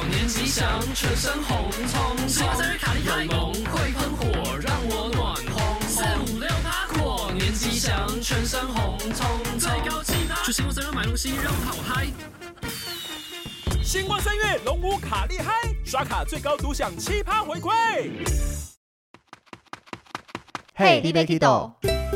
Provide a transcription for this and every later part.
年吉祥，全身红彤彤。希望生日卡利有龙会喷火，让我暖烘烘。456过年吉祥，全身红彤彤。最高7%，去星光3月买东西，让我好嗨。 星光3月龙舞卡利嗨，刷卡最高独享7%回馈。 嘿，你要去倒？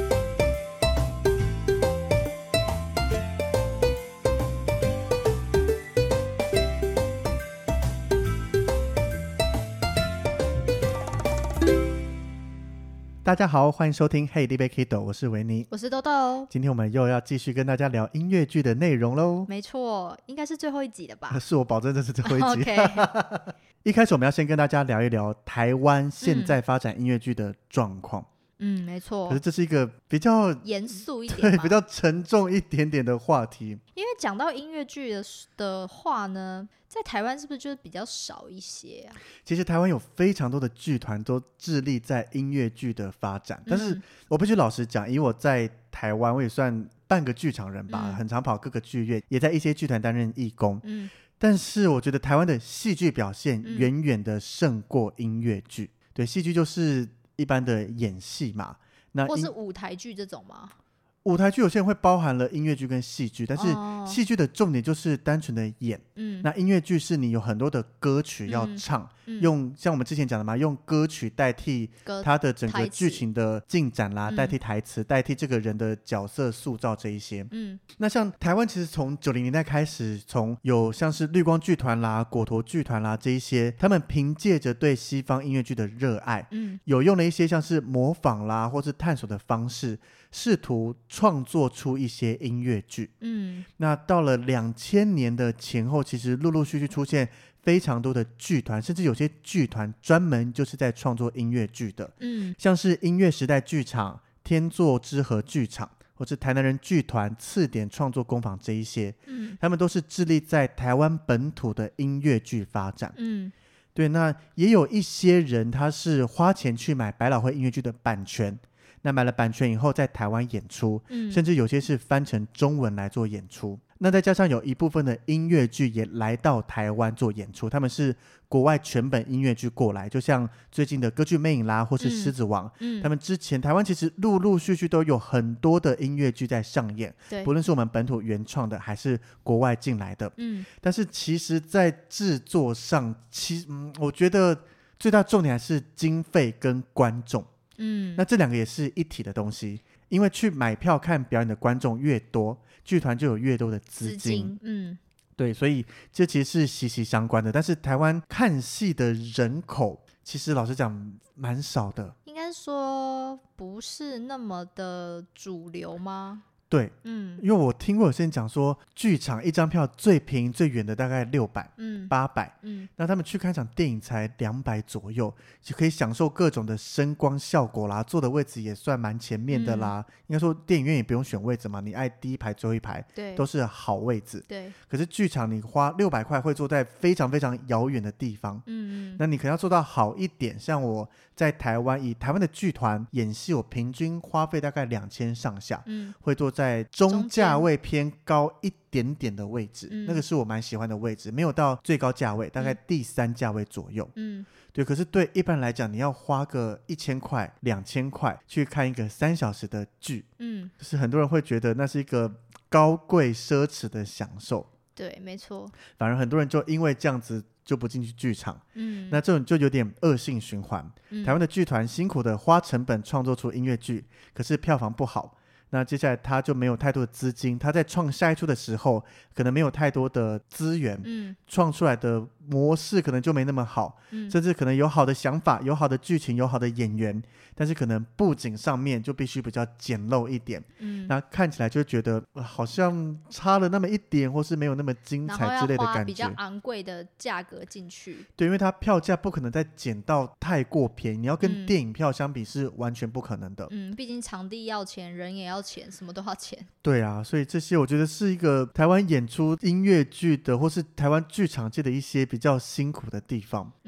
大家好，欢迎收听 Hey, 你要去倒？我是维尼， 我是豆豆。 今天我们又要继续跟大家聊音乐剧的内容咯。 没错，应该是最后一集了吧？ 是，我保证这是最后一集。 Okay. 一开始我们要先跟大家聊一聊台湾现在发展音乐剧的状况。 没错。 可是这是一个比较严肃一点， 对，比较沉重一点点的话题。 因为讲到音乐剧 的话呢，在台湾是不是就是比较少一些啊？ 其实台湾有非常多的剧团都致力在音乐剧的发展，但是我必须老实讲，以我在台湾我也算半个剧场人吧，很常跑各个剧院，也在一些剧团担任义工。但是我觉得台湾的戏剧表现远远的胜过音乐剧。对，戏剧就是一般的演戏嘛，那或是舞台剧这种吗？ 舞台剧有些人会包含了音乐剧跟戏剧，但是戏剧的重点就是单纯的演。那音乐剧是你有很多的歌曲要唱，用像我们之前讲的嘛，用歌曲代替它的整个剧情的进展啦，代替台词，代替这个人的角色塑造这一些。那像台湾其实从90年代开始，从有像是绿光剧团啦、果陀剧团啦这一些，他们凭借着对西方音乐剧的热爱，有用了一些像是模仿啦或是探索的方式，试图创作出一些音乐剧。那到了2000年的前后，其实陆陆续续出现非常多的剧团，甚至有些剧团专门就是在创作音乐剧的。像是音乐时代剧场、天作之合剧场，或是台南人剧团、次点创作工坊这一些，他们都是致力在台湾本土的音乐剧发展。对，那也有一些人他是花钱去买百老汇音乐剧的版权，那买了版权以后在台湾演出，甚至有些是翻成中文来做演出。那再加上有一部分的音乐剧也来到台湾做演出，他们是国外全本音乐剧过来，就像最近的歌剧魅影啦或是狮子王，他们之前台湾其实陆陆续续都有很多的音乐剧在上演，不论是我们本土原创的还是国外进来的。但是其实在制作上我觉得最大重点还是经费跟观众。那这两个也是一体的东西，因为去买票看表演的观众越多，剧团就有越多的资金。对，所以这其实是息息相关的。但是台湾看戏的人口其实老实讲蛮少的， 应该说不是那么的主流吗？ 对，因为我听过有些人讲说，剧场一张票最便宜最远的大概600、800，那他们去看一场电影才200左右，就可以享受各种的声光效果啦，坐的位置也算蛮前面的啦。应该说电影院也不用选位置嘛，你爱第一排最后一排都是好位置。对，可是剧场你花600块会坐在非常非常遥远的地方。那你可能要做到好一点，像我在台湾，以台湾的剧团演戏，我平均花费大概2000上下，会坐在中价位偏高一点点的位置，那个是我蛮喜欢的位置，没有到最高价位，大概第3价位左右。对，可是对一般来讲，你要花个1000块、2000块去看一个3小时的剧，就是很多人会觉得那是一个高贵奢侈的享受。 对，没错。 反而很多人就因为这样子就不进去剧场，那这种就有点恶性循环。台湾的剧团辛苦的花成本创作出音乐剧，可是票房不好，那接下来他就没有太多的资金，他在创下一出的时候可能没有太多的资源，创出来的模式可能就没那么好，甚至可能有好的想法、有好的剧情、有好的演员，但是可能布景上面就必须比较简陋一点，那看起来就觉得好像差了那么一点，或是没有那么精彩之类的感觉， 然后要花比较昂贵的价格进去。 对，因为它票价不可能再减到太过便宜，你要跟电影票相比是完全不可能的。 毕竟场地要钱，人也要钱，什么都要钱。 对啊，所以这些我觉得是一个台湾演出音乐剧的或是台湾剧场界的一些比较辛苦的地方。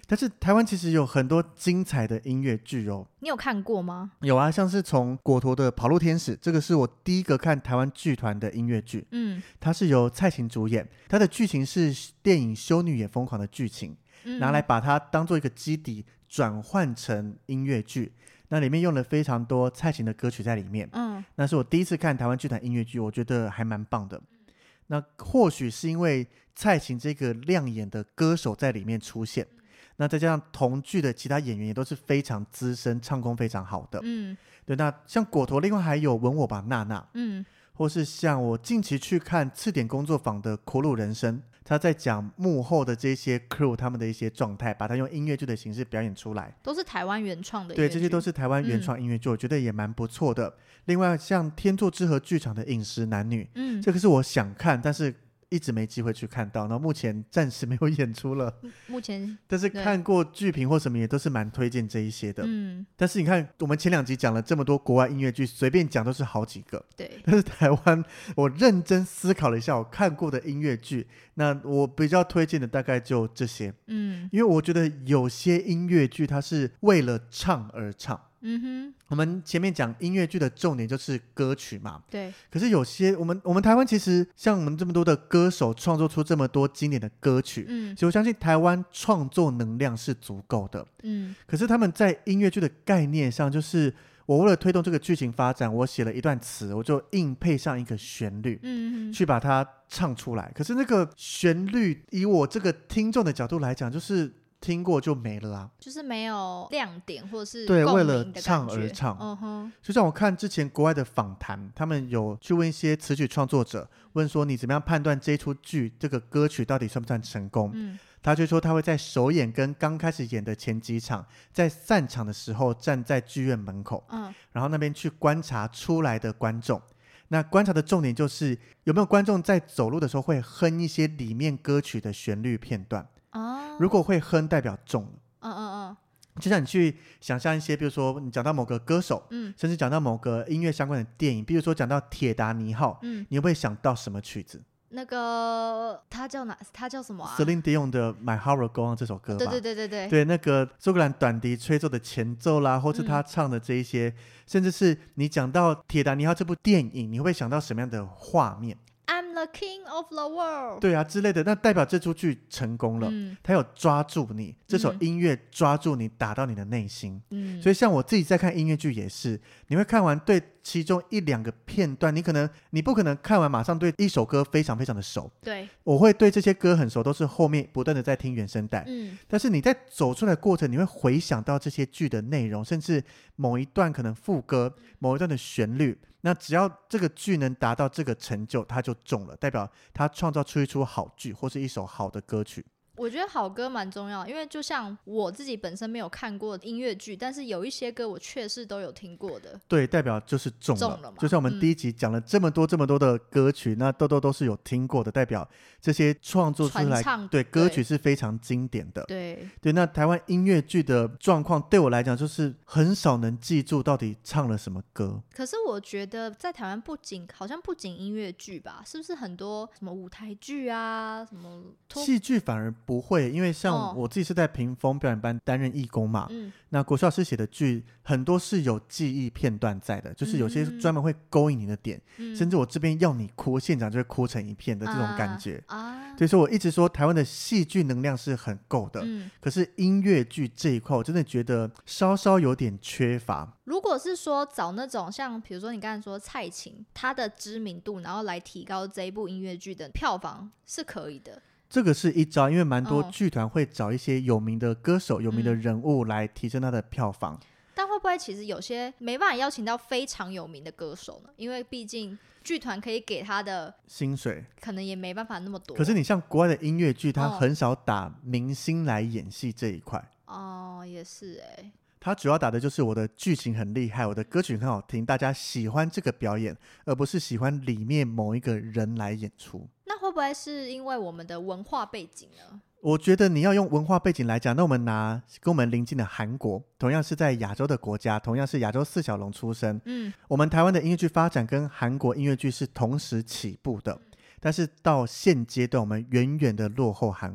但是台湾其实有很多精彩的音乐剧哦。 你有看过吗？ 有啊，像是从果陀的《跑路天使》，这个是我第一个看台湾剧团的音乐剧。它是由蔡琴主演，它的剧情是电影《修女也疯狂》的剧情，拿来把它当做一个基底转换成音乐剧。那里面用了非常多蔡琴的歌曲在里面。那是我第一次看台湾剧团音乐剧，我觉得还蛮棒的。那或许是因为蔡琴这个亮眼的歌手在里面出现，那再加上同剧的其他演员也都是非常资深，唱功非常好的。对，那像果陀另外还有吻我吧娜娜，或是像我近期去看次点工作坊的苦鲁人生，他在讲幕后的这些 crew 他们的一些状态，把它用音乐剧的形式表演出来， 都是台湾原创的音乐剧。 对，这些都是台湾原创音乐剧，我觉得也蛮不错的。另外像天作之合剧场的饮食男女，这个是我想看但是一直没机会去看到，然后目前暂时没有演出了。 目前但是看过剧评或什么也都是蛮推荐这一些的。但是你看我们前2集讲了这么多国外音乐剧，随便讲都是好几个。 对， 但是台湾我认真思考了一下我看过的音乐剧，那我比较推荐的大概就这些。因为我觉得有些音乐剧它是为了唱而唱。我们前面讲音乐剧的重点就是歌曲嘛， 对。 可是有些我们台湾其实像我们这么多的歌手创作出这么多经典的歌曲，所以我相信台湾创作能量是足够的。可是他们在音乐剧的概念上，就是我为了推动这个剧情发展，我写了一段词，我就硬配上一个旋律，去把它唱出来。可是那个旋律以我这个听众的角度来讲，就是听过就没了啊， 就是没有亮点或者是对， 共鸣的为了唱而唱。就像我看之前国外的访谈，他们有去问一些词曲创作者，问说你怎么样判断这一出剧这个歌曲到底算不算成功。他就说他会在首演跟刚开始演的前几场，在散场的时候站在剧院门口，然后那边去观察出来的观众。那观察的重点就是有没有观众在走路的时候会哼一些里面歌曲的旋律片段。如果会哼代表中了。就像你去想象一些，比如说你讲到某个歌手，甚至讲到某个音乐相关的电影，比如说讲到铁达尼号，你会不会想到什么曲子？ 那个他叫什么啊？ Celine Dion 的 My Heart Will Go On 这首歌吧。对，那个苏格兰短笛吹奏的前奏啦，或是他唱的这一些，甚至是你讲到铁达尼号这部电影，你会不会想到什么样的画面 ？I'm the king of the world， 对啊之类的，那代表这出剧成功了，他有抓住你，这首音乐抓住你，打到你的内心。所以像我自己在看音乐剧也是，你会看完对其中1-2个片段，你不可能看完马上对一首歌非常非常的熟。 对， 我会对这些歌很熟，都是后面不断的在听原声带。但是你在走出来的过程，你会回想到这些剧的内容，甚至某一段可能副歌，某一段的旋律，那只要这个剧能达到这个成就，它就中了，代表它创造出一出好剧或是一首好的歌曲。 我觉得好歌蛮重要，因为就像我自己本身没有看过音乐剧，但是有一些歌我确实都有听过的。对， 代表就是中了嘛。 就像我们第一集讲了这么多的歌曲，那豆豆都是有听过的，代表这些创作出来对歌曲是非常经典的。对，那台湾音乐剧的状况对我来讲就是很少能记住到底唱了什么歌。 可是我觉得在台湾好像不仅音乐剧吧，是不是很多什么舞台剧啊，什么戏剧反而不会，因为像我自己是在屏风表演班担任义工嘛，那国师老师写的剧很多是有记忆片段在的，就是有些专门会勾引你的点，甚至我这边要你哭，现场就会哭成一片的这种感觉。所以说我一直说台湾的戏剧能量是很够的，可是音乐剧这一块我真的觉得稍稍有点缺乏。 如果是说找那种像比如说你刚才说蔡琴，她的知名度然后来提高这一部音乐剧的票房是可以的， 这个是一招，因为蛮多剧团会找一些有名的歌手、有名的人物来提升他的票房。 但会不会其实有些没办法邀请到非常有名的歌手呢？因为毕竟剧团可以给他的薪水可能也没办法那么多。 可是你像国外的音乐剧，他很少打明星来演戏这一块。 也是他主要打的就是我的剧情很厉害，我的歌曲很好听，大家喜欢这个表演，而不是喜欢里面某一个人来演出。 那会不会是因为我们的文化背景呢？ 我觉得你要用文化背景来讲，那我们拿跟我们邻近的韩国，同样是在亚洲的国家，同样是亚洲4小龙出身，我们台湾的音乐剧发展跟韩国音乐剧是同时起步的，但是到现阶段我们远远的落后韩国。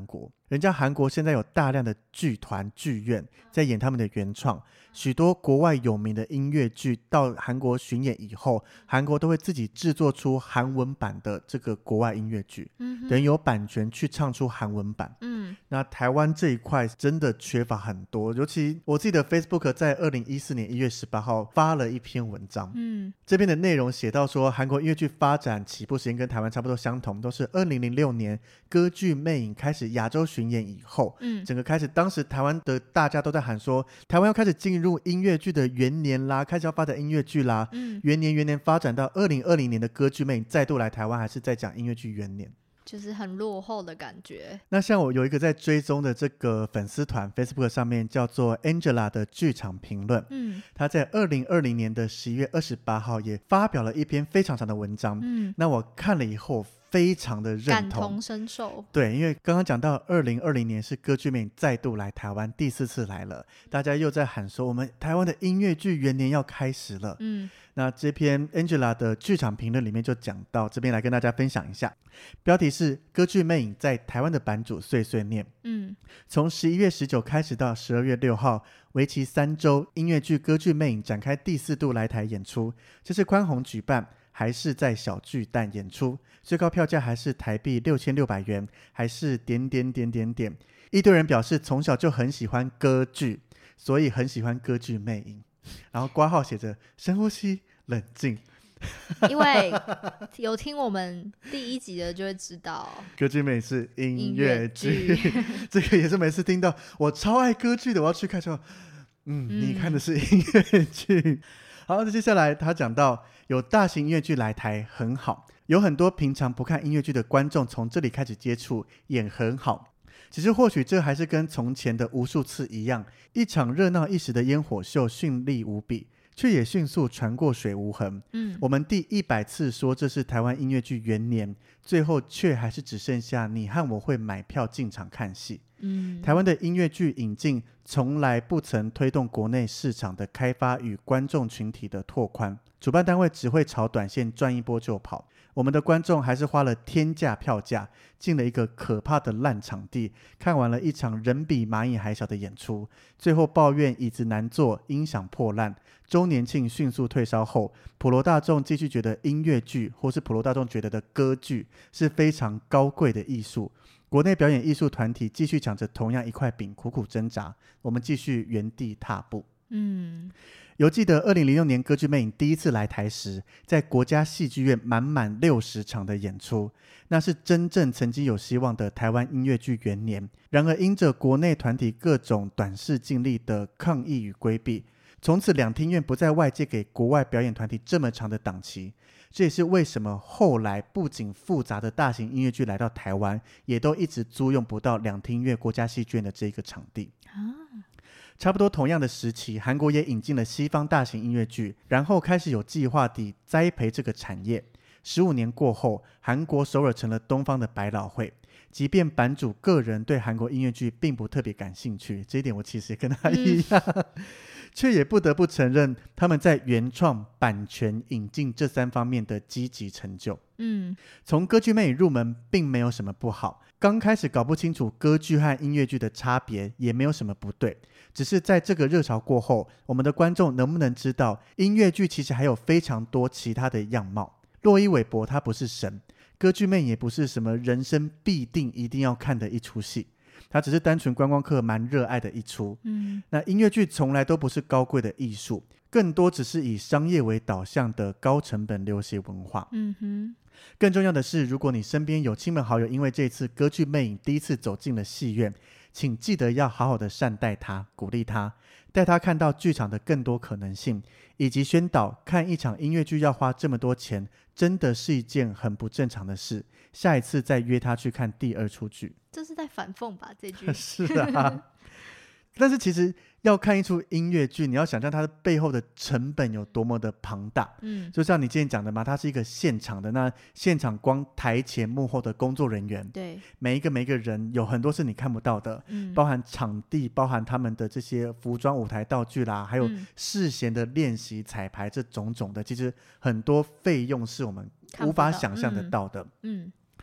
人家韩国现在有大量的剧团剧院在演他们的原创，许多国外有名的音乐剧到韩国巡演以后，韩国都会自己制作出韩文版的这个国外音乐剧，等于有版权去唱出韩文版。那台湾这一块真的缺乏很多，尤其我记得 Facebook 在2014年1月18号发了一篇文章，这边的内容写到说，韩国音乐剧发展起步时间跟台湾差不多相同，都是2006年歌剧魅影开始亚洲巡演以后，整个开始，当时台湾的大家都在喊说，台湾要开始进入音乐剧的元年啦，开始要发展音乐剧啦，元年发展到2020年的歌剧魅影再度来台湾，还是在讲音乐剧元年， 就是很落后的感觉。 那像我有一个在追踪的这个粉丝团 Facebook 上面叫做 Angela 的剧场评论，他在2020年的11月28号也发表了一篇非常长的文章，那我看了以后非常的认同， 感同身受。 对，因为刚刚讲到2020年是歌剧魅影再度来台湾，第4次来了，大家又在喊说我们台湾的音乐剧元年要开始了。那这篇 Angela 的剧场评论里面就讲到，这边来跟大家分享一下，标题是歌剧魅影在台湾的版主碎碎念。从11月19开始到12月6号为期3周，音乐剧歌剧魅影展开第4度来台演出，这是宽宏举办，还是在小巨蛋演出，最高票价还是台币6600元，还是点。一堆人表示从小就很喜欢歌剧，所以很喜欢歌剧魅影，然后括号写着深呼吸冷静。 因为有听我们第1集的就会知道歌剧魅影是音乐剧这个也是每次听到我超爱歌剧的，我要去看说你看的是音乐剧。好，接下来他讲到有大型音乐剧来台很好，有很多平常不看音乐剧的观众从这里开始接触也很好，只是或许这还是跟从前的无数次一样，一场热闹一时的烟火秀绚丽无比，却也迅速传过水无痕。我们第100次说这是台湾音乐剧元年，最后却还是只剩下你和我会买票进场看戏。台湾的音乐剧引进从来不曾推动国内市场的开发与观众群体的拓宽，主办单位只会炒短线赚一波就跑，我们的观众还是花了天价票价进了一个可怕的烂场地，看完了一场人比蚂蚁还小的演出，最后抱怨椅子难坐，音响破烂，周年庆迅速退烧后，普罗大众继续觉得音乐剧或是普罗大众觉得的歌剧是非常高贵的艺术，国内表演艺术团体继续抢着同样一块饼苦苦挣扎，我们继续原地踏步。犹记得2006年歌剧魅影第1次来台时，在国家戏剧院满60场的演出，那是真正曾经有希望的台湾音乐剧元年。然而因着国内团体各种短视尽力的抗议与规避，从此两厅院不再外借给国外表演团体这么长的档期，这也是为什么后来不仅复杂的大型音乐剧来到台湾，也都一直租用不到两厅院国家戏剧院的这个场地。差不多同样的时期，韩国也引进了西方大型音乐剧，然后开始有计划地栽培这个产业。15年过后，韩国首尔成了东方的百老汇。即便版主个人对韩国音乐剧并不特别感兴趣，这一点我其实也跟他一样，却也不得不承认他们在原创、版权、引进这3方面的积极成就。从歌剧魅影入门并没有什么不好，刚开始搞不清楚歌剧和音乐剧的差别也没有什么不对，只是在这个热潮过后，我们的观众能不能知道音乐剧其实还有非常多其他的样貌。洛伊韦伯他不是神，歌剧魅影也不是什么人生必定一定要看的一出戏，它只是单纯观光客蛮热爱的一出。那音乐剧从来都不是高贵的艺术，更多只是以商业为导向的高成本流行文化。更重要的是，如果你身边有亲朋好友因为这次歌剧魅影第1次走进了戏院，请记得要好好的善待他，鼓励他，带他看到剧场的更多可能性，以及宣导看一场音乐剧要花这么多钱真的是一件很不正常的事，下一次再约他去看第2出剧。 这是在反讽吧，这句是啊但是其实要看一出音乐剧，你要想象它的背后的成本有多么的庞大。就像你之前讲的嘛，它是一个现场的，那现场光台前幕后的工作人员， 对， 每一个人有很多是你看不到的，包含场地，包含他们的这些服装舞台道具啦，还有事前的练习彩排，这种种的，其实很多费用是我们无法想象得到的。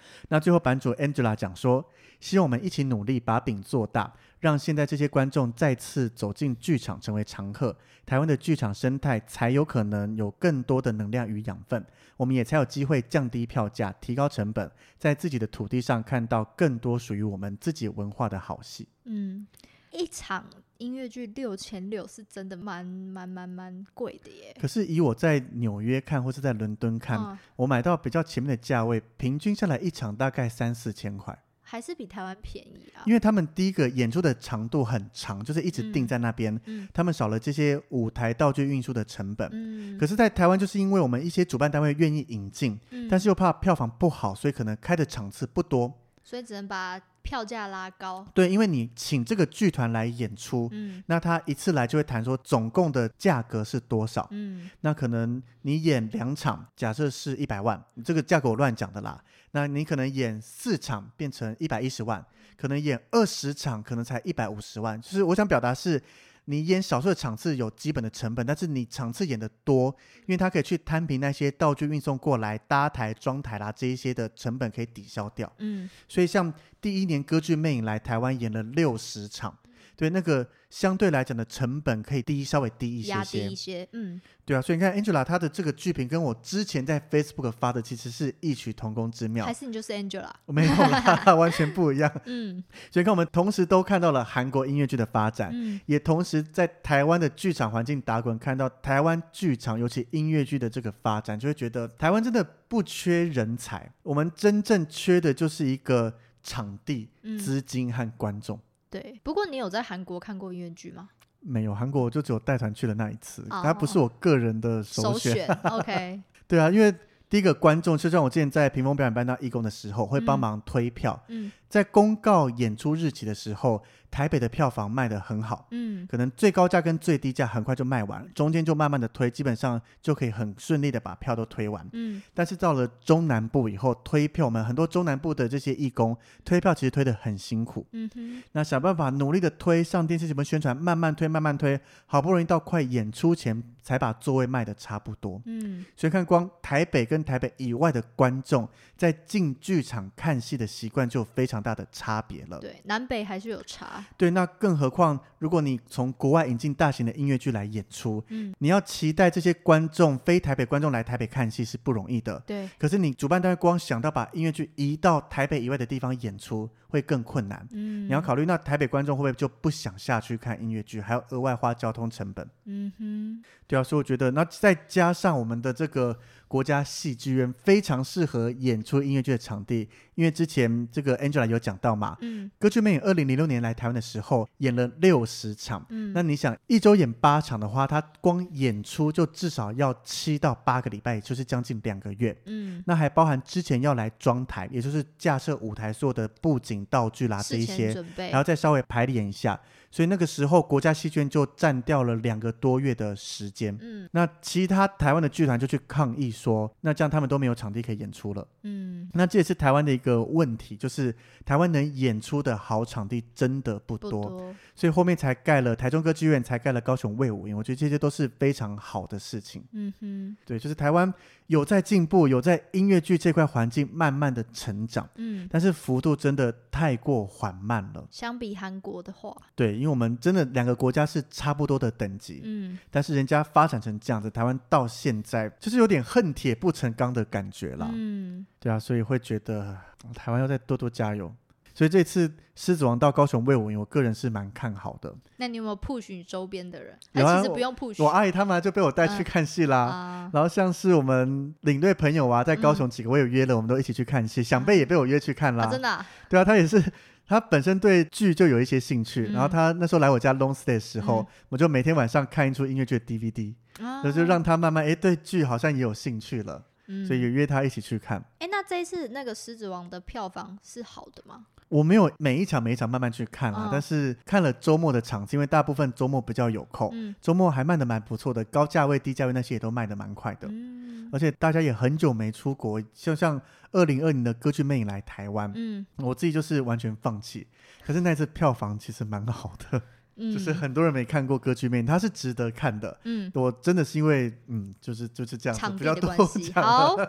那最后版主 Angela 讲说，希望我们一起努力把饼做大，让现在这些观众再次走进剧场成为常客，台湾的剧场生态才有可能有更多的能量与养分，我们也才有机会降低票价，提高成本，在自己的土地上看到更多属于我们自己文化的好戏。 一场音乐剧6600是真的蛮贵的耶。 可是以我在纽约看或是在伦敦看，我买到比较前面的价位，平均下来一场大概3-4千块， 还是比台湾便宜啊。 因为他们第一个演出的长度很长，就是一直定在那边，他们少了这些舞台道具运输的成本。可是在台湾就是因为我们一些主办单位愿意引进，但是又怕票房不好，所以可能开的场次不多， 所以只能把票价拉高。 对，因为你请这个剧团来演出，那他一次来就会谈说总共的价格是多少。那可能你演2场，假设是100万，这个价格我乱讲的啦。那你可能演4场变成110万，可能演20场可能才150万。就是我想表达是，你演少数的场次有基本的成本，但是你场次演的多，因为它可以去摊平那些道具运送过来、搭台、装台啦这一些的成本可以抵消掉。所以像第1年歌剧魅影来台湾演了60场，对，那个相对来讲的成本可以稍微低一些些， 压低一些。 对啊，所以你看 Angela 她的这个剧评跟我之前在 Facebook 发的其实是异曲同工之妙。 还是你就是 Angela？ 没有啦，完全不一样。所以看我们同时都看到了韩国音乐剧的发展，也同时在台湾的剧场环境打滚，看到台湾剧场尤其音乐剧的这个发展，就会觉得台湾真的不缺人才，我们真正缺的就是一个场地、资金和观众。 对，不过你有在韩国看过音乐剧吗？ 没有，韩国我就只有带团去了那一次，它不是我个人的首选。 OK 对啊，因为第一个观众就像我之前在屏风表演班当义工的时候会帮忙推票，在公告演出日期的时候，台北的票房卖得很好，可能最高价跟最低价很快就卖完，中间就慢慢的推，基本上就可以很顺利的把票都推完。但是到了中南部以后，推票，我们很多中南部的这些义工推票其实推得很辛苦，那想办法努力的推，上电视节目宣传，慢慢推，好不容易到快演出前才把座位卖得差不多。所以看光台北跟台北以外的观众在进剧场看戏的习惯就有非常大的差别了。 对，南北还是有差。 对，那更何况如果你从国外引进大型的音乐剧来演出，你要期待这些观众非台北观众来台北看戏是不容易的。 对， 可是你主办单位光想到把音乐剧移到台北以外的地方演出会更困难。你要考虑那台北观众会不会就不想下去看音乐剧，还要额外花交通成本。对啊，所以我觉得那再加上我们的这个国家戏剧院非常适合演出音乐剧的场地，因为之前这个 Angela 有讲到嘛，歌剧魅影2006年来台湾的时候演了60场，那你想一周演8场的话，他光演出就至少要7到8个礼拜，也就是将近2个月。那还包含之前要来装台，也就是架设舞台所有的布景道具啦这一些，然后再稍微排练一下，所以那个时候国家戏剧院就占掉了2个多月的时间。那其他台湾的剧团就去抗议说，那这样他们都没有场地可以演出了。那这也是台湾的一个问题，就是台湾能演出的好场地真的不多，所以后面才盖了台中歌剧院，才盖了高雄卫武营，我觉得这些都是非常好的事情。对，就是台湾有在进步，有在音乐剧这块环境慢慢的成长，但是幅度真的太过缓慢了。 相比韩国的话， 对，因为我们真的2个国家是差不多的等级，但是人家发展成这样子，台湾到现在就是有点恨铁不成钢的感觉啦。对啊，所以会觉得台湾要再多多加油。所以这次狮子王到高雄卫武营，我个人是蛮看好的。 那你有没有 push 你周边的人？ 有啊， 其实不用 push， 我阿姨他们就被我带去看戏啦。然后像是我们领队朋友啊，在高雄几个我有约了，我们都一起去看戏。想贝也被我约去看啦。 真的啊？ 对啊，他也是。他本身对剧就有一些兴趣，然后他那时候来我家 long stay 的时候，我就每天晚上看一出音乐剧的 DVD，就让他慢慢对剧好像也有兴趣了，所以也约他一起去看。 那这一次那个狮子王的票房是好的吗？ 我没有每一场慢慢去看啦，但是看了周末的场次，因为大部分周末比较有空，周末还卖得蛮不错的，高价位低价位那些也都卖得蛮快的，而且大家也很久没出国，就像2020的歌剧魅影来台湾，我自己就是完全放弃，可是那次票房其实蛮好的，就是很多人没看过歌剧魅影，它是值得看的。我真的是因为就是这样子比较多讲。 好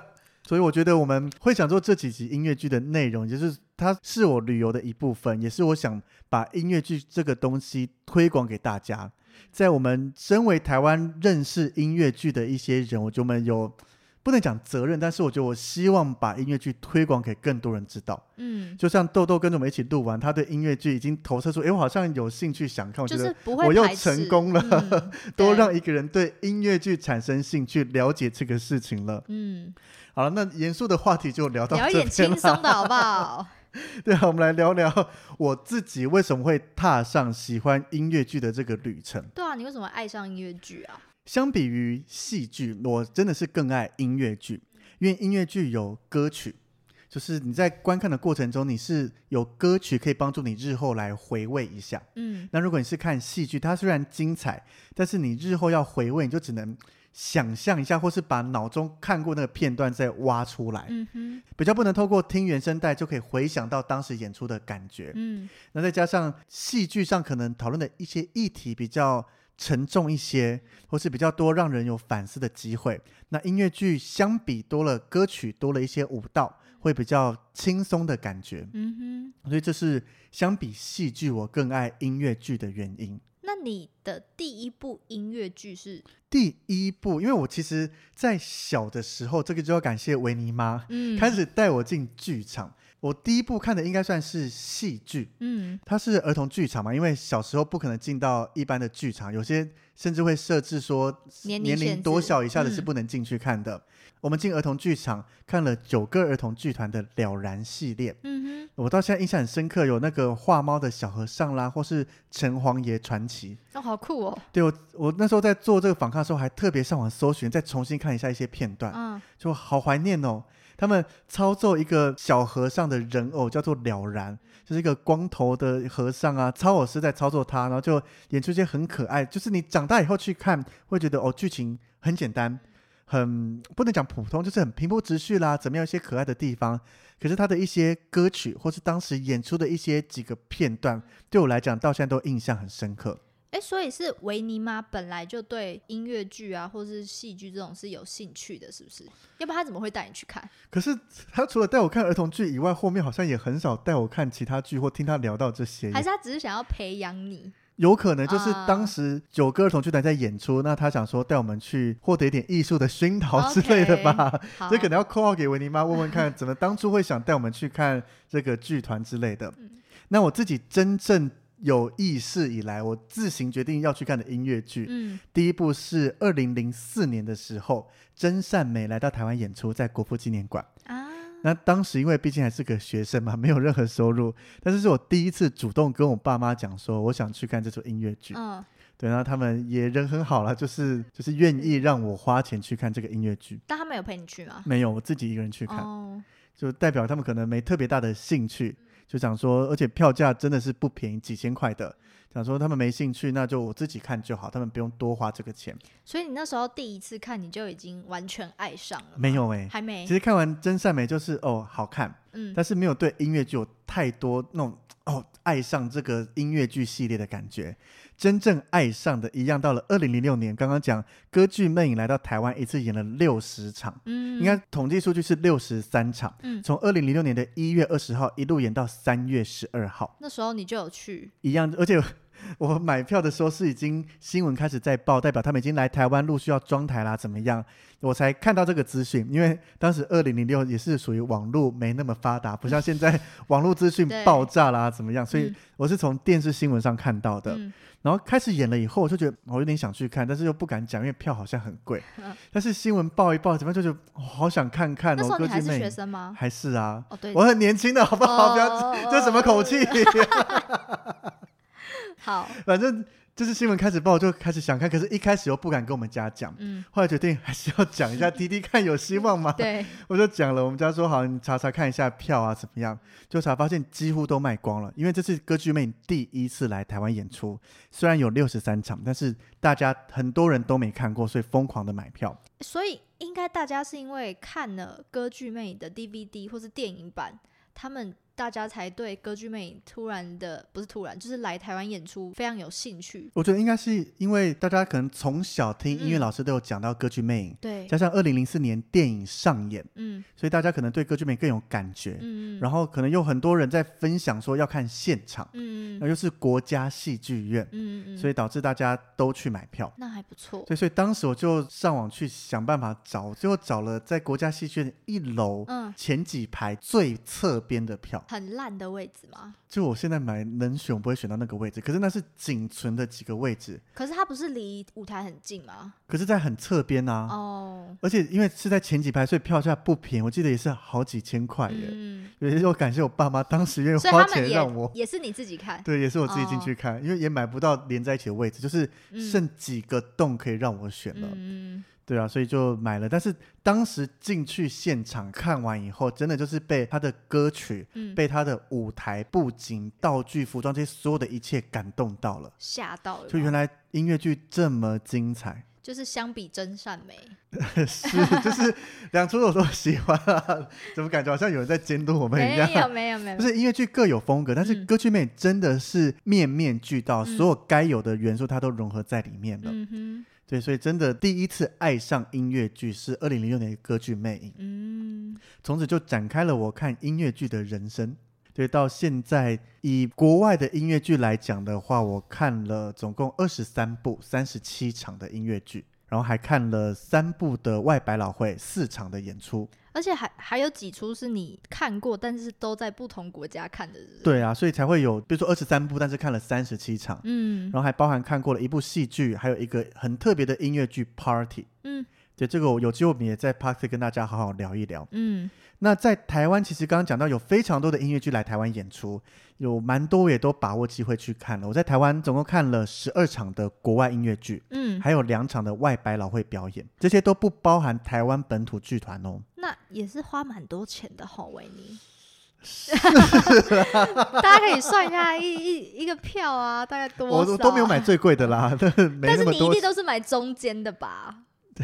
所以我觉得我们会想做这几集音乐剧的内容，就是它是我旅游的一部分，也是我想把音乐剧这个东西推广给大家。在我们身为台湾认识音乐剧的一些人，我觉得我们有不能讲责任，但是我觉得我希望把音乐剧推广给更多人知道。就像豆豆跟着我们一起录完，他对音乐剧已经投射出我好像有兴趣想看，我觉得我又成功了，多让一个人对音乐剧产生兴趣，了解这个事情了。好了，那严肃的话题就聊到这边了， 聊一点轻松的好不好？ 对啊，我们来聊聊我自己为什么会踏上喜欢音乐剧的这个旅程。 对啊，你为什么爱上音乐剧啊？ 相比于戏剧，我真的是更爱音乐剧，因为音乐剧有歌曲，就是你在观看的过程中，你是有歌曲可以帮助你日后来回味一下。那如果你是看戏剧，它虽然精彩，但是你日后要回味，你就只能想象一下，或是把脑中看过那个片段再挖出来。比较不能透过听原声带就可以回想到当时演出的感觉。那再加上戏剧上可能讨论的一些议题比较沉重一些，或是比较多让人有反思的机会，那音乐剧相比多了歌曲，多了一些舞蹈，会比较轻松的感觉。所以这是相比戏剧我更爱音乐剧的原因。 那你的第一部音乐剧是？ 第一部，因为我其实在小的时候，这个就要感谢维尼妈，开始带我进剧场。我第一部看的应该算是戏剧，它是儿童剧场嘛，因为小时候不可能进到一般的剧场，有些甚至会设置说年龄多小以下的是不能进去看的。我们进儿童剧场看了9个儿童剧团的了然系列，我到现在印象很深刻，有那个画猫的小和尚啦，或是城隍爷传奇。 好酷哦。 对，我那时候在做这个访谈的时候还特别上网搜寻，再重新看一下一些片段，就好怀念哦。他们操作一个小和尚的人偶叫做了然，就是一个光头的和尚啊，操偶师在操作他，然后就演出一些很可爱，就是你长大以后去看会觉得剧情很简单，很不能讲普通，就是很平铺直叙啦，怎么样一些可爱的地方。可是他的一些歌曲或是当时演出的一些几个片段，对我来讲到现在都印象很深刻。 所以是维尼妈本来就对音乐剧啊或是戏剧这种是有兴趣的，是不是？要不然他怎么会带你去看？ 可是他除了带我看儿童剧以外，后面好像也很少带我看其他剧或听他聊到这些。还是他只是想要培养你？ 有可能就是当时9个儿童剧团在演出，那他想说带我们去获得一点艺术的熏陶之类的吧。这可能要call out给维尼妈问问看，怎么当初会想带我们去看这个剧团之类的。那我自己真正有意识以来，我自行决定要去看的音乐剧，第一部是2004年的时候，真善美来到台湾演出，在国父纪念馆。那当时因为毕竟还是个学生嘛，没有任何收入，但是我第一次主动跟我爸妈讲说我想去看这出音乐剧。对，然后他们也人很好啦，就是愿意让我花钱去看这个音乐剧。 但他们有陪你去吗？ 没有，我自己一个人去看。就代表他们可能没特别大的兴趣，就想说，而且票价真的是不便宜，几千块的，想说他们没兴趣，那就我自己看就好，他们不用多花这个钱。 所以你那时候第一次看你就已经完全爱上了吗？ 没有还没。 其实看完真善美就是好看，但是没有对音乐剧有太多那种爱上这个音乐剧系列的感觉。真正爱上的一样到了2006年，刚刚讲歌剧魅影来到台湾，一次演了60场，应该统计数据是63场，从2006年的1月20号一路演到3月12号。 那时候你就有去？ 一样，而且我买票的时候是已经新闻开始在报，代表他们已经来台湾陆续要装台啦怎么样，我才看到这个资讯。因为当时2006也是属于网络没那么发达，不像现在网络资讯爆炸啦怎么样，所以我是从电视新闻上看到的。然后开始演了以后，我就觉得我有点想去看，但是又不敢讲，因为票好像很贵。但是新闻报一报，怎么样就觉得好想看看。 那时候你还是学生吗？ 还是啊， 对， 我很年轻的好不好？不要这什么口气？ 好， 反正就是新闻开始报就开始想看，可是一开始又不敢跟我们家讲，后来决定还是要讲一下，滴滴看有希望吗？ 对， 我就讲了，我们家说好，你查查看一下票啊怎么样，就查发现几乎都卖光了，因为这次歌剧魅影第一次来台湾演出，虽然有63场，但是大家很多人都没看过，所以疯狂的买票。 所以应该大家是因为看了歌剧魅影的 DVD 或是电影版，他们大家才对歌剧魅影不是突然，就是来台湾演出非常有兴趣？ 我觉得应该是因为大家可能从小听音乐老师都有讲到歌剧魅影， 对， 加上2004年电影上演，所以大家可能对歌剧魅影更有感觉，然后可能有很多人在分享说要看现场，然后又是国家戏剧院，所以导致大家都去买票， 那还不错。 所以当时我就上网去想办法找，最后找了在国家戏剧院1楼前几排最侧边的票， 很烂的位置吗？ 就我现在买能选我不会选到那个位置，可是那是仅存的几个位置， 可是它不是离舞台很近吗？ 可是在很侧边啊，而且因为是在前几排，所以票价不便宜，我记得也是好几千块耶，也是我感谢我爸妈当时愿意花钱让我， 也是你自己看， 对，也是我自己进去看，因为也买不到连在一起的位置，就是剩几个洞可以让我选了，对啊，所以就买了。但是当时进去现场看完以后，真的就是被他的歌曲、被他的舞台布景、道具、服装这些所有的一切感动到了， 吓到了， 就原来音乐剧这么精彩， 就是相比真善美是，就是两出我都喜欢啊，怎么感觉好像有人在监督我们一样？ 没有， 不是，音乐剧各有风格，但是歌剧魅影真的是面面俱到，所有该有的元素它都融合在里面了。对，所以真的第一次爱上音乐剧是2006年的歌剧魅影，从此就展开了我看音乐剧的人生。对，到现在以国外的音乐剧来讲的话，我看了总共23部37场的音乐剧，然后还看了3部的外百老汇4场的演出， 而且还有几出是你看过但是都在不同国家看的，是不是？ 对啊，所以才会有比如说23部但是看了37场，然后还包含看过了1部戏剧，还有一个很特别的音乐剧 Party，对，这个有机会我们也在 Party 跟大家好好聊一聊。那在台湾其实刚刚讲到有非常多的音乐剧来台湾演出，有蛮多也都把握机会去看了。我在台湾总共看了12场的国外音乐剧，还有2场的外百老汇表演，这些都不包含台湾本土剧团哦。 那也是花蛮多钱的吼，维尼。大家可以算一下一个票啊，大概多少？ 我都没有买最贵的啦， 但是你一定都是买中间的吧？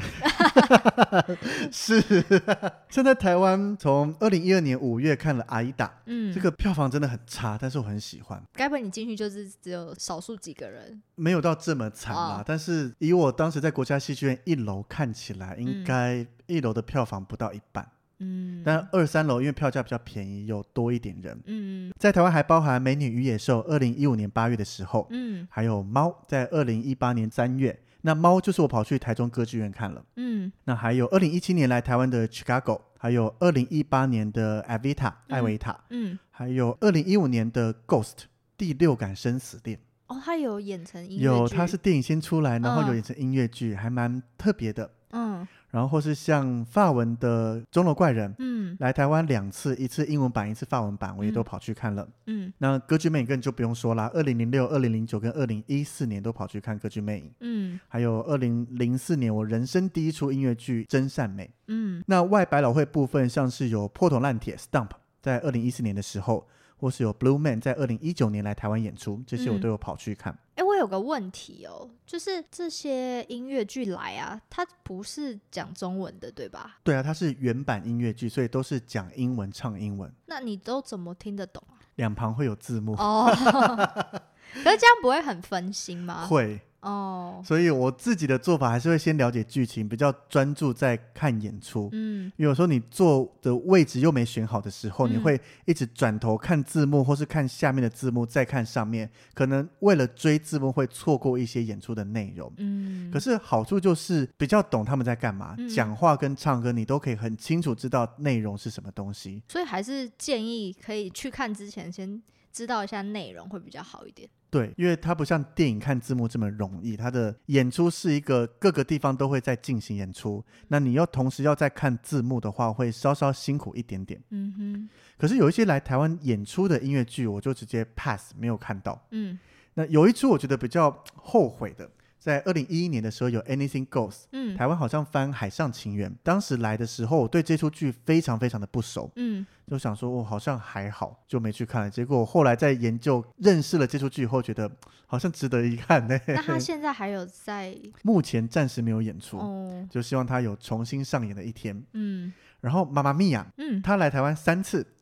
是，现在台湾从2012年5月看了阿依达，这个票房真的很差，但是我很喜欢。 该不会你进去就是只有少数几个人？ 没有到这么惨啦，但是以我当时在国家戏剧院1楼看起来，应该1楼的票房不到一半。但2、3楼因为票价比较便宜，有多一点人。在台湾还包含《美女与野兽》2015年8月的时候，还有《猫》在2018年3月。那猫就是我跑去台中歌剧院看了，那还有2017年来台湾的 Chicago， 还有2018年的 Evita 艾维塔，还有2015年的 Ghost 第6感生死恋。 哦，他有演成音乐剧？ 有，他是电影先出来，然后有演成音乐剧，还蛮特别的。然后或是像法文的钟楼怪人，来台湾2次，一次英文版，一次法文版，我也都跑去看了。那歌剧魅影更就不用说啦，2006、2009跟2014年都跑去看歌剧魅影。还有2004年我人生第一出音乐剧真善美。那外百老汇部分像是有破铜烂铁 Stump 在2014年的时候，或是有 Blue Man 在2019年来台湾演出，这些我都有跑去看。 我有个问题哦，就是这些音乐剧来啊，它不是讲中文的对吧？ 对啊，它是原版音乐剧，所以都是讲英文唱英文。 那你都怎么听得懂啊？ 两旁会有字幕哦。可是这样不会很分心吗？ 会哦，所以我自己的做法还是会先了解剧情，比较专注在看演出。因为有时候你坐的位置又没选好的时候，你会一直转头看字幕，或是看下面的字幕再看上面，可能为了追字幕会错过一些演出的内容。可是好处就是比较懂他们在干嘛，讲话跟唱歌你都可以很清楚知道内容是什么东西。 所以还是建议可以去看之前先知道一下内容会比较好一点。 对，因为它不像电影看字幕这么容易，它的演出是一个各个地方都会在进行演出，那你要同时要再看字幕的话会稍稍辛苦一点点。可是有一些来台湾演出的音乐剧我就直接 pass 没有看到。那有一出我觉得比较后悔的，在2011年的时候有 Anything Goes，台湾好像翻海上情缘，当时来的时候我对这出剧非常非常的不熟，就想说好像还好，就没去看了。结果后来在研究认识了这出剧以后，觉得好像值得一看呢。 那他现在还有在？ 目前暂时没有演出，就希望他有重新上演的一天。然后妈妈咪呀，他来台湾3次，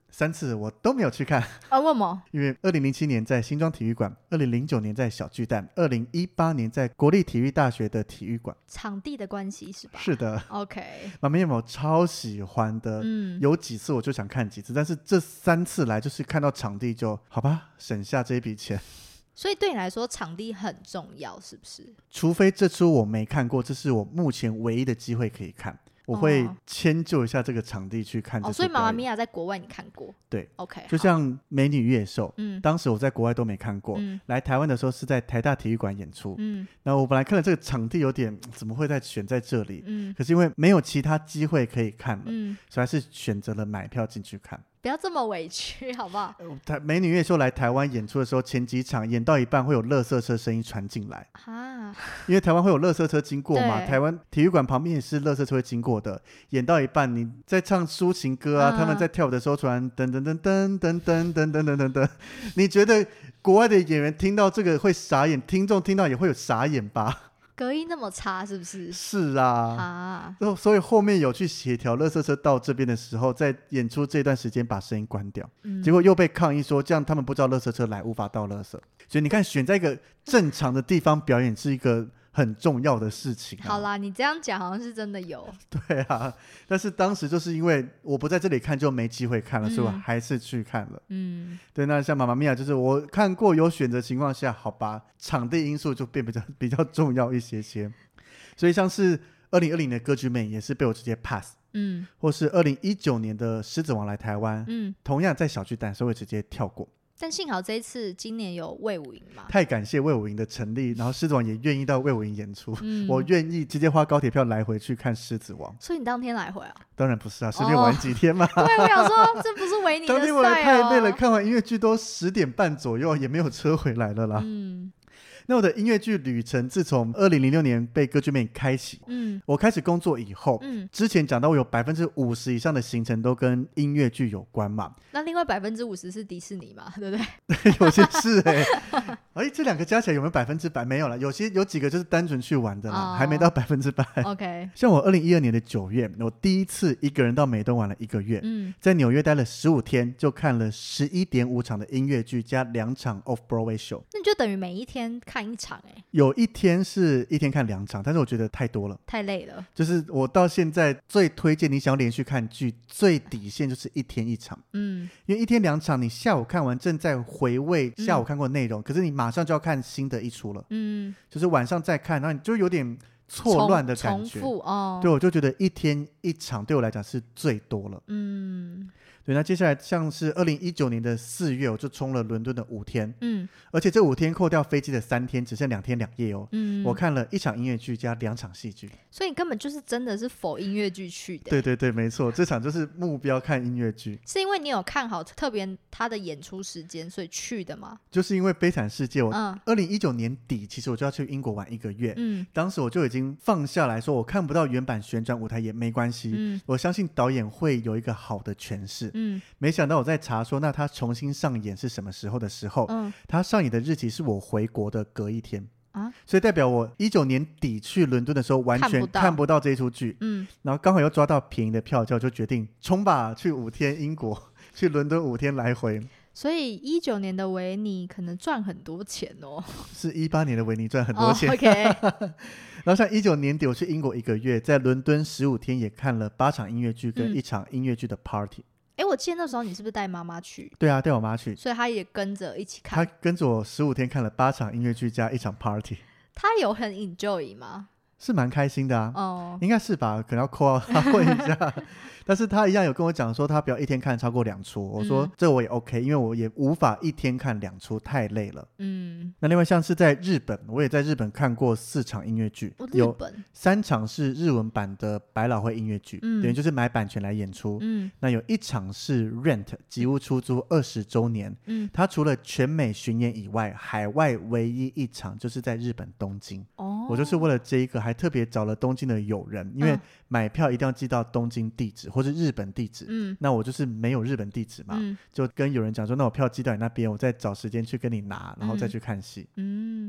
3次我都没有去看啊？为什么？ 因为2007年在新庄体育馆，2009年在小巨蛋，2018年在国立体育大学的体育馆。 场地的关系是吧？ 是的。 OK。 妈咪有没有超喜欢的？有几次我就想看几次，但是这3次来就是看到场地就好吧，省下这一笔钱。 所以对你来说场地很重要是不是？ 除非这出我没看过，这是我目前唯一的机会可以看，我会迁就一下这个场地去看这出表演。 所以妈妈咪呀在国外你看过？ 对 OK。 就像美女与野兽，当时我在国外都没看过，来台湾的时候是在台大体育馆演出，那我本来看了这个场地有点怎么会再选在这里，可是因为没有其他机会可以看了，所以还是选择了买票进去看。 不要这么委屈好不好？ 美女与野兽来台湾演出的时候，前几场演到一半会有垃圾车声音传进来啊，因为台湾会有垃圾车经过嘛，台湾体育馆旁边也是垃圾车会经过的，演到一半你在唱抒情歌啊，他们在跳舞的时候突然噔噔噔噔噔噔噔噔噔噔，你觉得国外的演员听到这个会傻眼，听众听到也会有傻眼吧？ 隔音那么差是不是？ 是啊，所以后面有去协调垃圾车到这边的时候，在演出这段时间把声音关掉，结果又被抗议说这样他们不知道垃圾车来无法倒垃圾。所以你看选在一个正常的地方表演是一个很重要的事情好啦，你这样讲好像是真的有。 对啊，但是当时就是因为我不在这里看就没机会看了，所以我还是去看了。对，那像妈妈咪呀就是我看过有选择情况下，好吧，场地因素就变比较重要一些些。所以像是2020年的歌剧魅也是被我直接 pass，或是2019年的狮子王来台湾，同样在小巨蛋，所以我直接跳过。 但幸好这一次今年有卫武营嘛， 太感谢卫武营的成立，然后狮子王也愿意到卫武营演出，我愿意直接花高铁票来回去看狮子王。 所以你当天来回啊？ 当然不是啊，顺便玩几天嘛。 对，我想说这不是维尼的赛哦。 当天我来太累了，看完音乐剧都10点半左右，也没有车回来了啦。那我的音乐剧旅程自从2006年被歌剧魅开启，我开始工作以后，之前讲到我有50%以上的行程都跟音乐剧有关嘛， 那另外50%是迪士尼嘛，对不对？ 有些是这2个加起来有没有100%？没有啦，有几个就是单纯去玩的啦，还没到100%。 OK。 像我2012年的9月，我第一次一个人到美东玩了1个月，在纽约待了15天，就看了11.5场的音乐剧加2场 Off Broadway show。 那你就等于每一天看1场有一天是一天看2场，但是我觉得太多了， 太累了。 就是我到现在最推荐你想要连续看剧，最底线就是1天1场，因为1天2场，你下午看完正在回味下午看过的内容，可是你马上就要看新的一出了，就是晚上再看，然后你就有点错乱的感觉，重复对，我就觉得1天1场对我来讲是最多了。对，那接下来像是2019年的4月，我就冲了伦敦的5天，而且这5天扣掉飞机的3天，只剩2天2夜哦。我看了1场音乐剧加2场戏剧， 所以你根本就是真的是否音乐剧去的。 对对对，没错，这场就是目标看音乐剧。 是因为你有看好特别他的演出时间，所以去的吗？ 就是因为悲惨世界，我2019年底其实我就要去英国玩1个月，当时我就已经放下来说，我看不到原版旋转舞台也没关系，我相信导演会有一个好的诠释。没想到我在查说那他重新上演是什么时候的时候，他上演的日期是我回国的隔一天所以代表我19年底去伦敦的时候完全看不到这一出剧，然后刚好又抓到便宜的票价，就决定冲吧，去5天英国，去伦敦5天来回。 所以19年的维尼可能赚很多钱哦。 是18年的维尼赚很多钱 OK 然后像19年底我去英国1个月，在伦敦15天也看了8场音乐剧跟1场音乐剧的 party。 我记得那时候你是不是带妈妈去？ 对啊，带我妈去， 所以她也跟着一起看。 她跟着我15天看了8场音乐剧加1场 party。 她有很 enjoy 吗？ 是蛮开心的啊，应该是吧，可能要call他问一下但是他一样有跟我讲说他不要1天看超过2出，我说这我也 OK， 因为我也无法1天看2出，太累了。那另外像是在日本，我也在日本看过4场音乐剧，有3场是日文版的百老汇音乐剧，等于就是买版权来演出，那有1场是 Rent 吉屋出租20周年，它除了全美巡演以外，海外唯一1场就是在日本东京。我就是为了这一个还特别找了东京的友人，因为买票一定要寄到东京地址或是日本地址，那我就是没有日本地址嘛，就跟友人讲说那我票寄到你那边，我再找时间去跟你拿，然后再去看戏。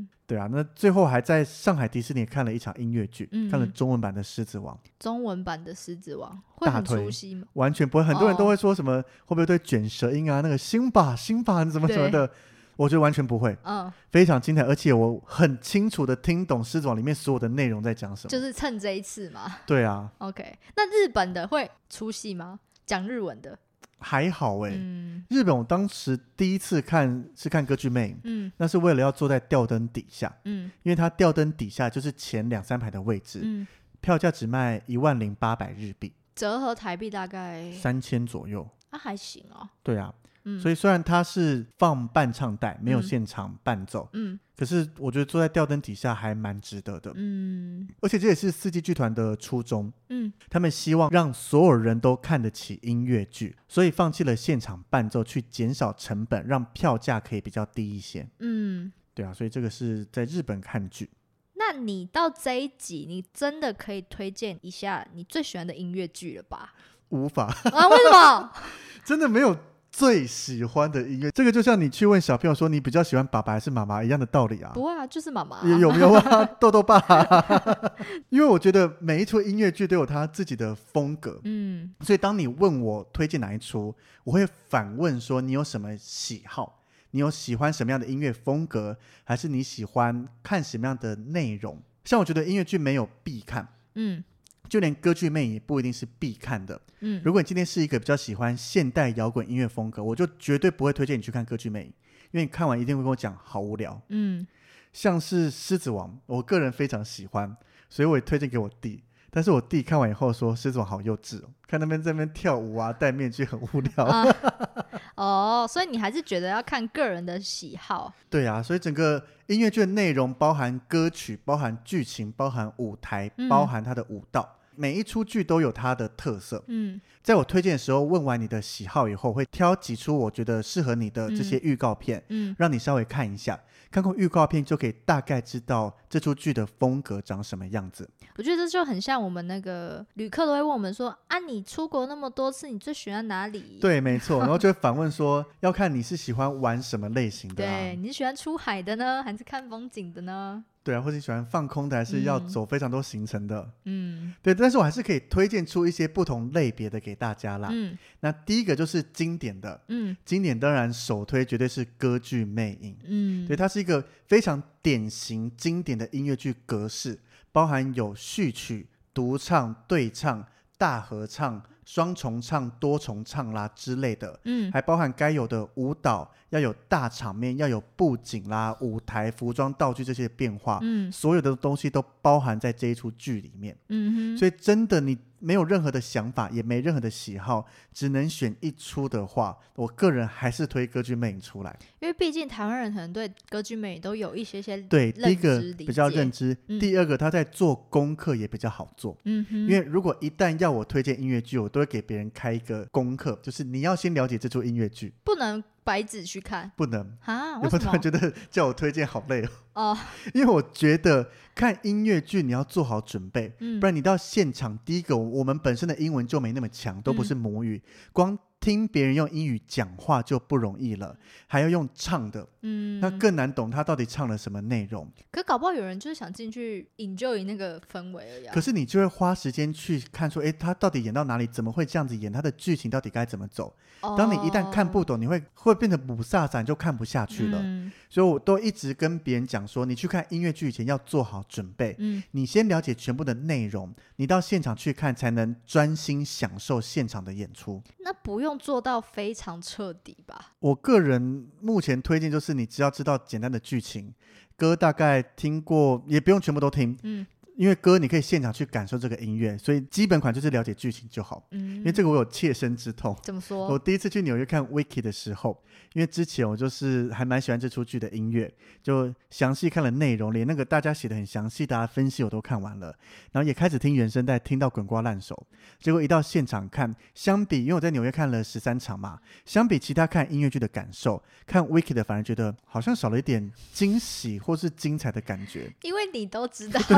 对啊，那最后还在上海迪士尼看了一场音乐剧，看了中文版的狮子王。 中文版的狮子王会很出戏吗？ 完全不会，很多人都会说什么会不会对卷舌音啊，那个辛巴什么什么的，我觉得完全不会，非常精彩，而且我很清楚的听懂狮子王里面所有的内容在讲什么， 就是趁这一次嘛。 对啊 OK， 那日本的会出戏吗？讲日文的还好日本我当时第一次看是看歌剧魅影，那是为了要坐在吊灯底下，因为它吊灯底下就是前2-3排的位置，票价只卖10800日币， 折合台币大概 3000左右， 还行哦。 对啊，所以虽然它是放伴唱带没有现场伴奏，可是我觉得坐在吊灯底下还蛮值得的，而且这也是四季剧团的初衷，他们希望让所有人都看得起音乐剧，所以放弃了现场伴奏去减少成本，让票价可以比较低一些，对啊，所以这个是在日本看剧。 那你到这一集你真的可以推荐一下你最喜欢的音乐剧了吧？ 无法为什么？ 真的没有最喜欢的音乐，这个就像你去问小朋友说你比较喜欢爸爸还是妈妈一样的道理啊。 不会啊，就是妈妈有没有啊？豆豆爸因为我觉得每一出音乐剧都有他自己的风格，所以当你问我推荐哪一出，我会反问说你有什么喜好，你有喜欢什么样的音乐风格，还是你喜欢看什么样的内容。像我觉得音乐剧没有必看，就连歌剧魅影也不一定是必看的，如果你今天是一个比较喜欢现代摇滚音乐风格，我就绝对不会推荐你去看歌剧魅影，因为你看完一定会跟我讲好无聊。像是狮子王我个人非常喜欢，所以我也推荐给我弟，但是我弟看完以后说狮子王好幼稚哦，看那边在那边跳舞啊戴面具很无聊所以你还是觉得要看个人的喜好。 对啊，所以整个音乐剧的内容包含歌曲，包含剧情，包含舞台，包含它的舞蹈，每一出剧都有它的特色。在我推荐的时候问完你的喜好以后，会挑几出我觉得适合你的这些预告片，让你稍微看一下，看过预告片就可以大概知道这出剧的风格长什么样子。 我觉得这就很像我们那个旅客都会问我们说你出国那么多次你最喜欢哪里？ 对，没错，然后就会反问说要看你是喜欢玩什么类型的对，你是喜欢出海的呢还是看风景的呢？ 对啊，或是喜欢放空的还是要走非常多行程的，对，但是我还是可以推荐出一些不同类别的给大家啦。那第一个就是经典的，经典当然首推绝对是歌剧魅影，对，它是一个非常典型经典的音乐剧格式，包含有序曲、独唱、对唱、大合唱、双重唱、多重唱啦之类的，还包含该有的舞蹈，要有大场面，要有布景啦、舞台、服装、道具这些变化，所有的东西都包含在这一出剧里面。所以真的你没有任何的想法，也没任何的喜好，只能选一出的话，我个人还是推歌剧魅影出来，因为毕竟台湾人可能对歌剧魅影都有一些对，第一个比较认知，第二个他在做功课也比较好做，因为如果一旦要我推荐音乐剧，我都会给别人开一个功课，就是你要先了解这出音乐剧， 不能白纸去看， 不能啊？ 为什么？突然觉得叫我推荐好累因为我觉得看音乐剧你要做好准备，不然你到现场，第一个我们本身的英文就没那么强，都不是母语，光听别人用英语讲话就不容易了，还要用唱的，那更难懂他到底唱了什么内容。 可搞不好有人就是想进去 enjoy 那个氛围而已可是你就会花时间去看说他到底演到哪里，怎么会这样子演，他的剧情到底该怎么走。当你一旦看不懂，你会变得不飒飒，就看不下去了。所以我都一直跟别人讲说，你去看音乐剧以前要做好准备，你先了解全部的内容，你到现场去看才能专心享受现场的演出。 那不用做到非常彻底吧？ 我个人目前推荐就是你只要知道简单的剧情，歌大概听过，也不用全部都听，因为歌你可以现场去感受这个音乐，所以基本款就是了解剧情就好。因为这个我有切身之痛。 怎么说？ 我第一次去纽约看 Wicked 的时候，因为之前我就是还蛮喜欢这出剧的音乐，就详细看了内容，连那个大家写的很详细的分析我都看完了，然后也开始听原声带，听到滚瓜烂熟。结果一到现场看，相比因为我在纽约看了13场嘛，相比其他看音乐剧的感受，看 Wicked 反而觉得好像少了一点惊喜或是精彩的感觉。 因为你都知道对，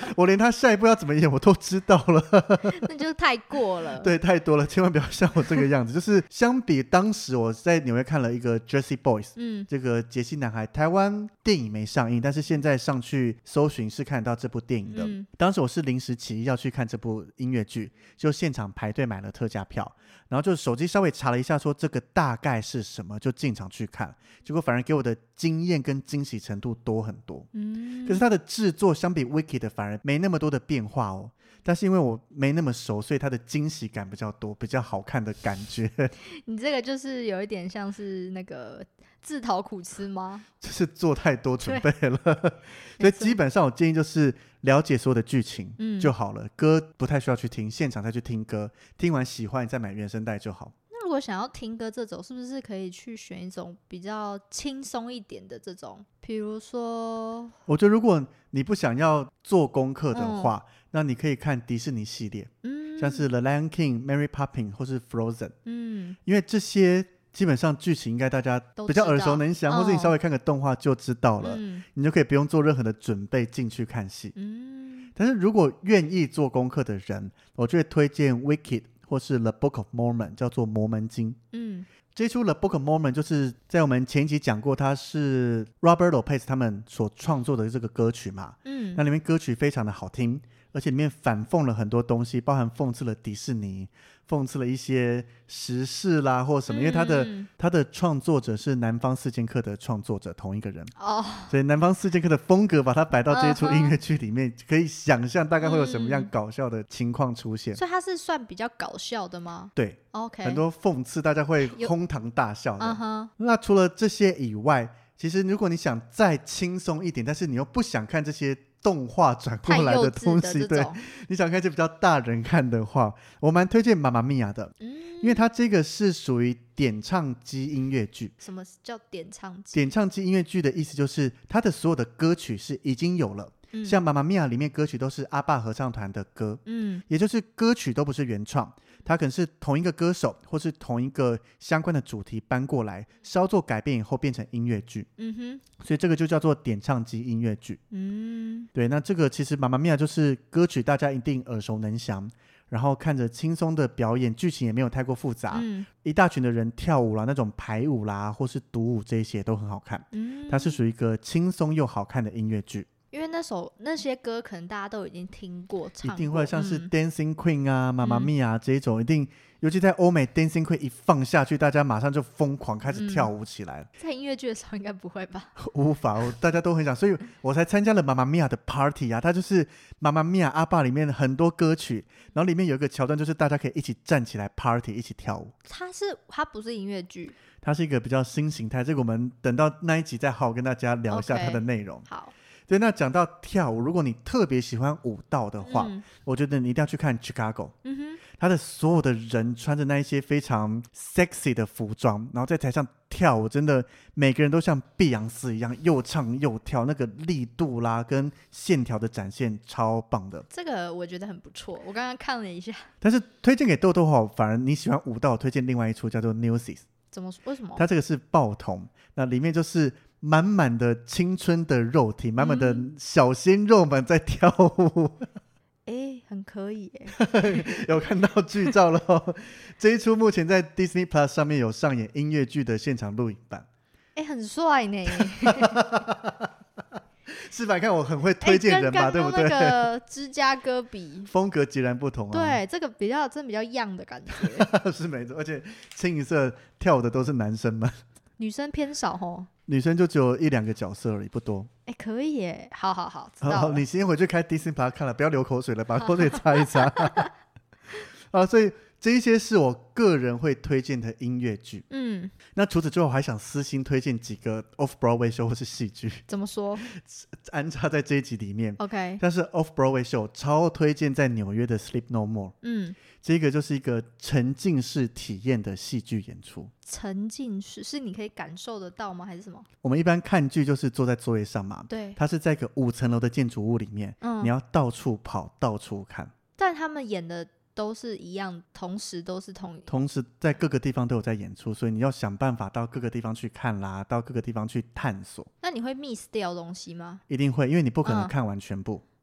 我连他下一步要怎么演我都知道了。 那就太过了。 对，太多了，千万不要像我这个样子。就是相比当时我在纽约看了一个 Jersey Boys，这个杰西男孩，台湾电影没上映，但是现在上去搜寻是看得到这部电影的。当时我是临时起意要去看这部音乐剧，就现场排队买了特价票，然后就手机稍微查了一下说这个大概是什么，就进场去看，结果反而给我的惊艳跟惊喜程度多很多。可是它的制作相比 Wicked 反而没那么多的变化哦，但是因为我没那么熟，所以它的惊喜感比较多，比较好看的感觉。 你这个就是有一点像是那个自讨苦吃吗？ 就是做太多准备了。所以基本上我建议就是了解所有的剧情就好了，歌不太需要去听，现场再去听歌，听完喜欢你再买原声带就好。 那如果想要听歌这种，是不是可以去选一种比较轻松一点的这种？比如说，我觉得如果你不想要做功课的话，那你可以看迪士尼系列，像是 The Lion King、Mary Poppins 或是 Frozen，因为这些基本上剧情应该大家比较耳熟能详，或者你稍微看个动画就知道了，你就可以不用做任何的准备进去看戏。但是如果愿意做功课的人，我就会推荐 Wicked 或是 The Book of Mormon， 叫做摩门经。这一出 The Book of Mormon 就是在我们前一集讲过，它是 Robert Lopez 他们所创作的这个歌曲嘛。那里面歌曲非常的好听，而且里面反讽了很多东西，包含讽刺了迪士尼，讽刺了一些时事啦或什么，因为他的创作者是南方四剑客的创作者，同一个人，所以南方四剑客的风格把它摆到这一出音乐剧里面，可以想象大概会有什么样搞笑的情况出现。 所以它是算比较搞笑的吗？ 对， OK， 很多讽刺大家会哄堂大笑的。那除了这些以外，其实如果你想再轻松一点，但是你又不想看这些动画转过来的东西，对，你想看一些比较大人看的话，我蛮推荐妈妈咪呀的，因为它这个是属于点唱机音乐剧。 什么叫点唱机？ 点唱机音乐剧的意思就是它的所有的歌曲是已经有了，像妈妈咪呀里面歌曲都是阿爸合唱团的歌，也就是歌曲都不是原创，它可能是同一个歌手或是同一个相关的主题搬过来，稍作改变以后变成音乐剧。所以这个就叫做点唱机音乐剧。对，那这个其实妈妈咪呀就是歌曲大家一定耳熟能详，然后看着轻松的表演，剧情也没有太过复杂，一大群的人跳舞啦，那种排舞啦或是独舞这些都很好看。它是属于一个轻松又好看的音乐剧。 因为那些歌可能大家都已经听过唱过， 一定会像是 Dancing Queen 啊、妈妈咪呀这一种，一定尤其在欧美 Dancing Queen 一放下去，大家马上就疯狂开始跳舞起来了。 在音乐剧的时候应该不会吧？ 无法，大家都很想，所以我才参加了妈妈咪呀的 party 啊。它就是妈妈咪呀阿爸里面很多歌曲，然后里面有一个桥段就是大家可以一起站起来 party 一起跳舞。 它不是音乐剧， 它是一个比较新形态，这个我们等到那一集再好好跟大家聊一下它的内容。 好。 对，那讲到跳舞，如果你特别喜欢舞蹈的话，我觉得你一定要去看 Chicago。他的所有的人穿着那一些非常 sexy 的服装，然后在台上跳舞，真的每个人都像碧昂斯一样又唱又跳，那个力度啦跟线条的展现超棒的。 这个我觉得很不错，我刚刚看了一下。 但是推荐给豆豆好，反而你喜欢舞蹈，推荐另外一出叫做 Newsies。 怎么？为什么？ 它这个是报童，那里面就是满满的青春的肉体，满满的小鲜肉们在跳舞。 很可以耶。 有看到剧照了这一出目前在 Disney Plus 上面有上演音乐剧的现场录影版。 很帅呢。 是吧？看我很会推荐人嘛，对不对？ 跟刚刚那个芝加哥比风格截然不同啊。 对，这个真的比较样的感觉。 是没错，而且清一色跳舞的都是男生们，女生偏少哦。 女生就只有1-2个角色而已，不多。 可以耶，好，知道了。 你先回去开 Disney Plus 看了，不要流口水了，把口水擦一擦。所以这一些是我个人会推荐的音乐剧。那除此之外，我还想私心推荐几个 Off Broadway show 或是戏剧。 怎么说？ 安插在这一集里面。 OK。 但是 Off Broadway show 超推荐在纽约的 Sleep No More。这个就是一个沉浸式体验的戏剧演出。 沉浸式是你可以感受得到吗？还是什么？ 我们一般看剧就是坐在座位上嘛。 对。 它是在一个5层楼的建筑物里面，你要到处跑，到处看。 但他们演的都是一样，同时都是同时在各个地方都有在演出，所以你要想办法到各个地方去看啦，到各个地方去探索。 那你会 miss 掉东西吗？ 一定会，因为你不可能看完全部。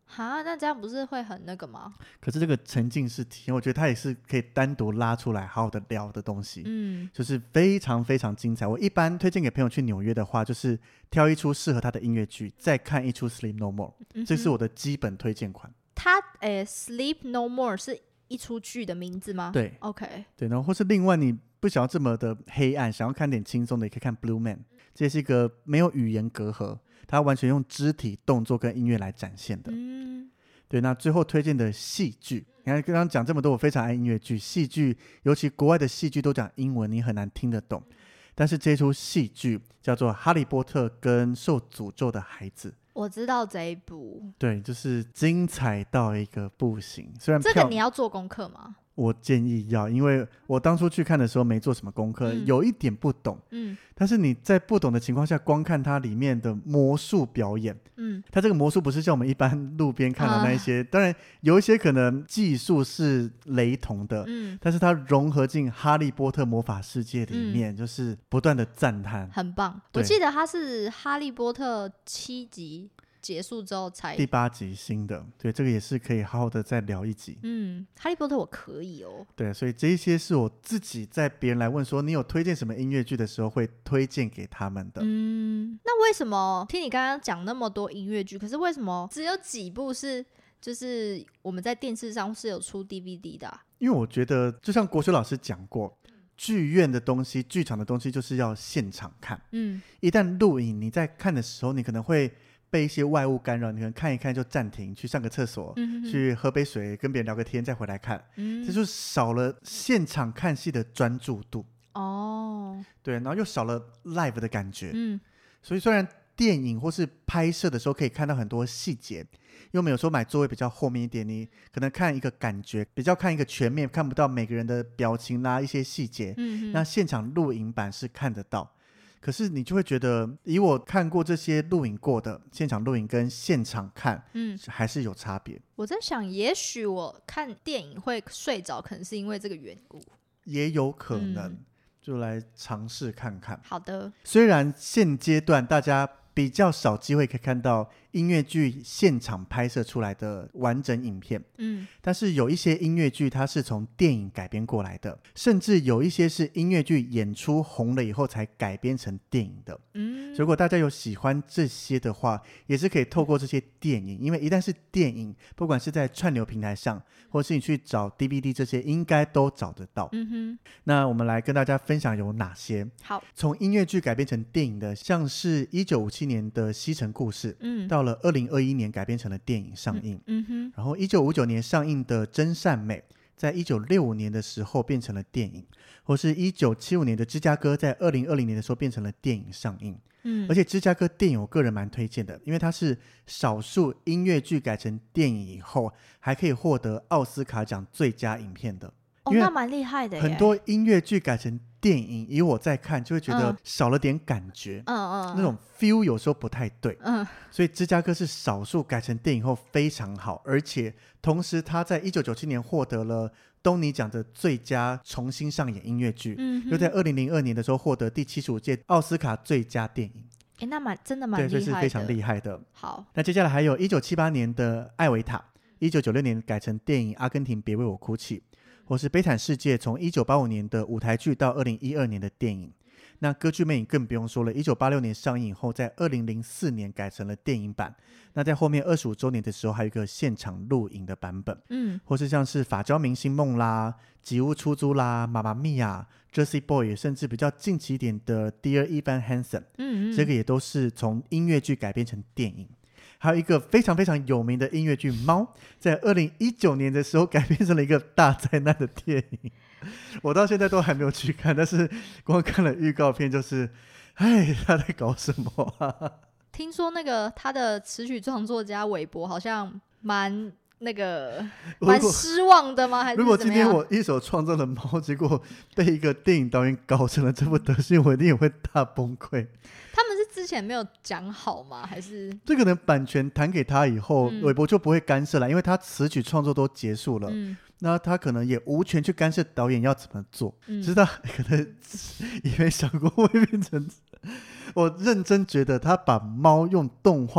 哈，那这样不是会很那个吗？ 可是这个沉浸式体验，我觉得它也是可以单独拉出来好好的聊的东西，就是非常非常精彩。我一般推荐给朋友去纽约的话，就是挑一出适合他的音乐剧，再看一出 Sleep No More，这是我的基本推荐款。 它Sleep No More 是一出剧的名字吗？ 对 ，OK， 对，然后或是另外你不想要这么的黑暗，想要看点轻松的，也可以看 Blue Man， 这是一个没有语言隔阂，它完全用肢体动作跟音乐来展现的。对，那最后推荐的戏剧，你看刚刚讲这么多，我非常爱音乐剧，戏剧尤其国外的戏剧都讲英文，你很难听得懂，但是这出戏剧叫做《哈利波特跟受诅咒的孩子》， 我知道这一部， 对，就是精彩到一个不行。虽然这个你要做功课吗？ 我建议要，因为我当初去看的时候没做什么功课，有一点不懂，但是你在不懂的情况下光看它里面的魔术表演，它这个魔术不是像我们一般路边看的那一些，当然有一些可能技术是雷同的，但是它融合进哈利波特魔法世界里面，就是不断的赞叹， 很棒。我记得它是哈利波特7集结束之后才第8集新的，对，这个也是可以好好的再聊一集。 哈利波特我可以哦。 对，所以这一些是我自己在别人来问说你有推荐什么音乐剧的时候会推荐给他们的。 那为什么听你刚刚讲那么多音乐剧，可是为什么只有几部是就是我们在电视上是有出 DVD 的因为我觉得就像国学老师讲过，剧院的东西剧场的东西就是要现场看，一旦录影你在看的时候你可能会被一些外物干扰，你可能看一看就暂停去上个厕所，去喝杯水跟别人聊个天再回来看，这就少了现场看戏的专注度对，然后又少了 live 的感觉，所以虽然电影或是拍摄的时候可以看到很多细节，因为我们有时候买座位比较后面一点，你可能看一个感觉比较看一个全面，看不到每个人的表情啦一些细节，那现场录影版是看得到，可是你就会觉得以我看过这些录影过的现场录影跟现场看还是有差别。 我在想也许我看电影会睡着可能是因为这个缘故， 也有可能，就来尝试看看。 好的， 虽然现阶段大家比较少机会可以看到音乐剧现场拍摄出来的完整影片，但是有一些音乐剧它是从电影改编过来的，甚至有一些是音乐剧演出红了以后才改编成电影的，所以如果大家有喜欢这些的话，也是可以透过这些电影，因为一旦是电影，不管是在串流平台上或是你去找 DVD 这些应该都找得到。那我们来跟大家分享有哪些。 好， 从音乐剧改编成电影的，像是1957年的西城故事，到了2021年改编成了电影上映，然后1959年上映的真善美在1965年的时候变成了电影，或是1975年的芝加哥在2020年的时候变成了电影上映，而且芝加哥电影我个人蛮推荐的，因为它是少数音乐剧改成电影以后还可以获得奥斯卡奖最佳影片的。 那蛮厉害的耶。 很多音乐剧改成电影以我在看就会觉得少了点感觉，那种 feel 有时候不太对，所以芝加哥是少数改成电影后非常好，而且同时他在1997年获得了东尼奖的最佳重新上演音乐剧，又在2002年的时候获得第75届奥斯卡最佳电影。 那真的蛮厉害的， 对，所以是非常厉害的。 好， 那接下来还有1978年的艾维塔，1996年改成电影阿根廷别为我哭泣，或是悲惨世界从1985年的舞台剧到2012年的电影。那歌剧魅影更不用说了，1986年上映后在2004年改成了电影版，那在后面25周年的时候还有一个现场录影的版本，或是像是法郊明星梦啦、吉屋出租啦、妈妈咪呀、Jersey Boy， 甚至比较近期一点的 Dear Evan Hansen，这个也都是从音乐剧改编成电影。还有一个非常非常有名的音乐剧《猫》，在2019年的时候改编成了一个大灾难的电影，我到现在都还没有去看，但是光看了预告片就是他在搞什么啊？ 听说那个他的词曲创作家韦伯好像蛮失望的吗？还是如果今天我一手创造了猫，结果被一个电影导演搞成了这副德行，我一定也会大崩溃。 他们是之前没有讲好吗？还是这可能版权弹给他以后，韦伯就不会干涉了，因为他词曲创作都结束了，那他可能也无权去干涉导演要怎么做，只是他可能也没想过会变成我认真觉得他把猫用动画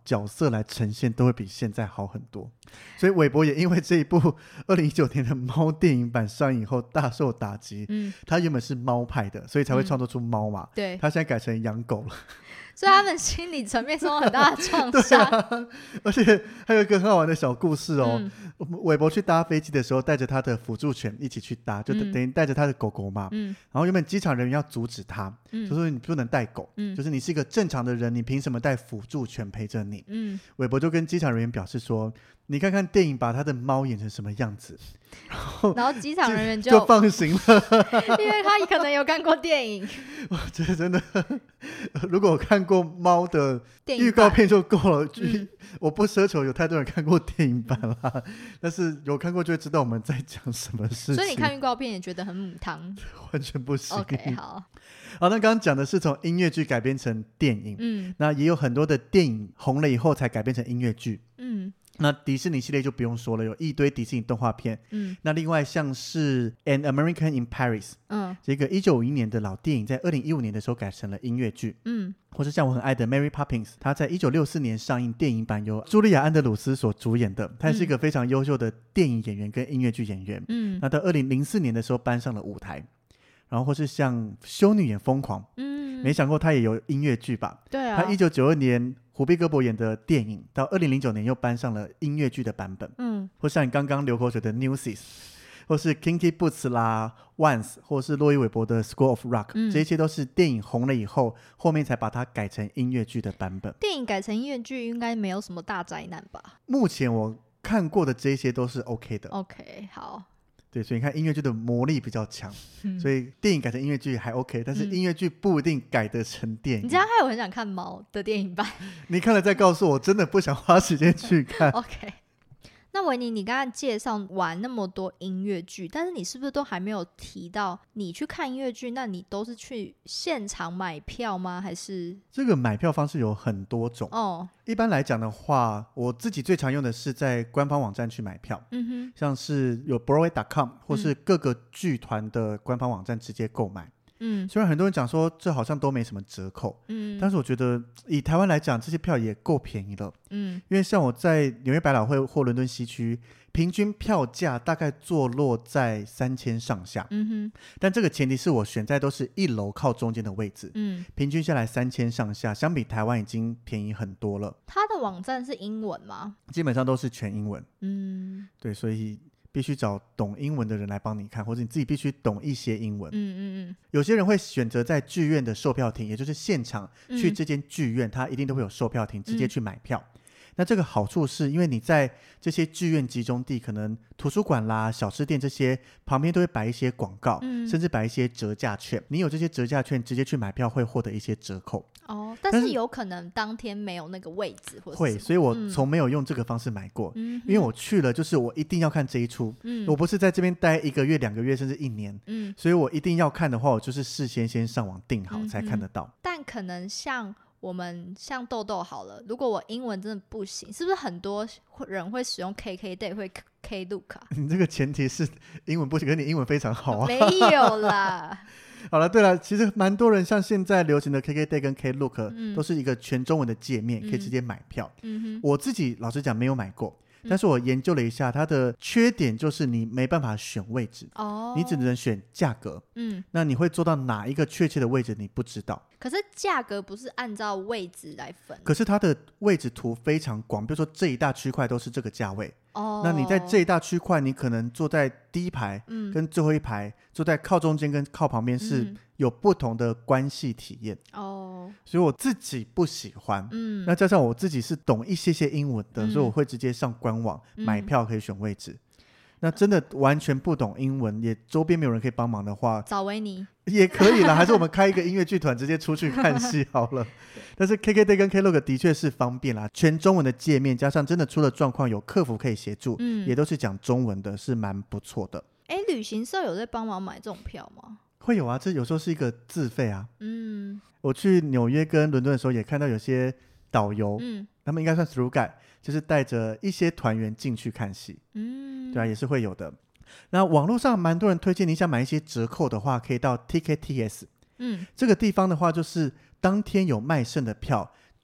角色来呈现都会比现在好很多。所以韦伯也因为这一部2019年的猫电影版上映以后大受打击，他原本是猫派的，所以才会创作出猫嘛， 对， 他现在改成养狗了， 所以他们心理层面受到很大的创伤而且还有一个很好玩的小故事哦，韦伯去搭飞机的时候带着他的辅助犬一起去搭，就等于带着他的狗狗嘛，然后原本机场人员要阻止他，就说你不能带狗，就是你是一个正常的人，你凭什么带辅助犬陪着你，韦伯就跟机场人员表示说，你看看电影把他的猫演成什么样子， 然后机场人员就放行了因为他可能有看过电影我觉得真的如果我看过猫的预告片就够了，我不奢求有太多人看过电影版啦但是有看过就会知道我们在讲什么事情， 所以你看预告片也觉得很母汤完全不行。 OK 好， 那刚刚讲的是从音乐剧改编成电影，那也有很多的电影红了以后才改编成音乐剧，那迪士尼系列就不用说了，有一堆迪士尼动画片，那另外像是 An American in Paris，这个1951年的老电影在2015年的时候改成了音乐剧，或是像我很爱的 Mary Poppins， 它在1964年上映电影版，由茱莉亚·安德鲁斯所主演的，她是一个非常优秀的电影演员跟音乐剧演员，那到2004年的时候搬上了舞台，然后或是像修女演疯狂，没想过她也有音乐剧吧， 对啊， 她1992年虎碧哥伯演的电影，到2009年又搬上了音乐剧的版本，或像你刚刚流口水的 Newsies， 或是 Kinky Boots 啦 Once， 或是洛伊韦伯的 School of Rock，这些都是电影红了以后后面才把它改成音乐剧的版本。 电影改成音乐剧应该没有什么大灾难吧？ 目前我看过的这些都是 OK 的。 OK 好， 对，所以你看音乐剧的魔力比较强，所以电影改成音乐剧还 OK， 但是音乐剧不一定改得成电影。 你这样害我很想看猫的电影版你看了再告诉我，真的不想花时间去看 OK， 那维尼，你刚才介绍玩那么多音乐剧，但是你是不是都还没有提到你去看音乐剧，那你都是去现场买票吗？还是这个买票方式有很多种一般来讲的话，我自己最常用的是在官方网站去买票，像是有 Broadway.com 或是各个剧团的官方网站直接购买，虽然很多人讲说这好像都没什么折扣，但是我觉得以台湾来讲这些票也够便宜了，因为像我在纽约百老汇或伦敦西区平均票价大概坐落在3000上下，但这个前提是我选在都是一楼靠中间的位置，平均下来3000上下，相比台湾已经便宜很多了。 它的网站是英文吗？ 基本上都是全英文，对，所以必须找懂英文的人来帮你看，或者你自己必须懂一些英文。有些人会选择在剧院的售票亭，也就是现场去这间剧院，它一定都会有售票亭，直接去买票。那这个好处是因为你在这些剧院集中地，可能图书馆啦、小吃店这些旁边都会摆一些广告，甚至摆一些折价券，你有这些折价券直接去买票会获得一些折扣。 但是有可能当天没有那个位置或者会，所以我从没有用这个方式买过，因为我去了就是我一定要看这一出，我不是在这边待1个月、2个月甚至1年，所以我一定要看的话，我就是事先上网订好才看得到。 但可能像我们像豆豆好了，如果我英文真的不行，是不是很多人会使用 KKday 会 Klook 啊？ 你这个前提是英文不行，可是你英文非常好啊。 没有啦好了，对了，其实蛮多人像现在流行的 KKday 跟 Klook，都是一个全中文的界面，可以直接买票。我自己老实讲没有买过，但是我研究了一下，它的缺点就是你没办法选位置，你只能选价格，那你会坐到哪一个确切的位置你不知道。 可是价格不是按照位置来分， 可是它的位置图非常广，比如说这一大区块都是这个价位，那你在这一大区块你可能坐在第一排跟最后一排，坐在靠中间跟靠旁边是有不同的关系体验，所以我自己不喜欢，那加上我自己是懂一些英文的，所以我会直接上官网买票可以选位置。那真的完全不懂英文，也周边没有人可以帮忙的话， 找维尼也可以啦还是我们开一个音乐剧团直接出去看戏好了但是 KKday 跟 Klook 的确是方便啦，全中文的界面，加上真的出了状况有客服可以协助，也都是讲中文的，是蛮不错的。 旅行社有在帮忙买这种票吗？ 会有啊，这有时候是一个自费啊。我去纽约跟伦敦的时候也看到有些导游，他们应该算 through guide， 就是带着一些团员进去看戏，对啊，也是会有的。那网络上蛮多人推荐你想买一些折扣的话，可以到 TKTS，这个地方的话就是当天有卖剩的票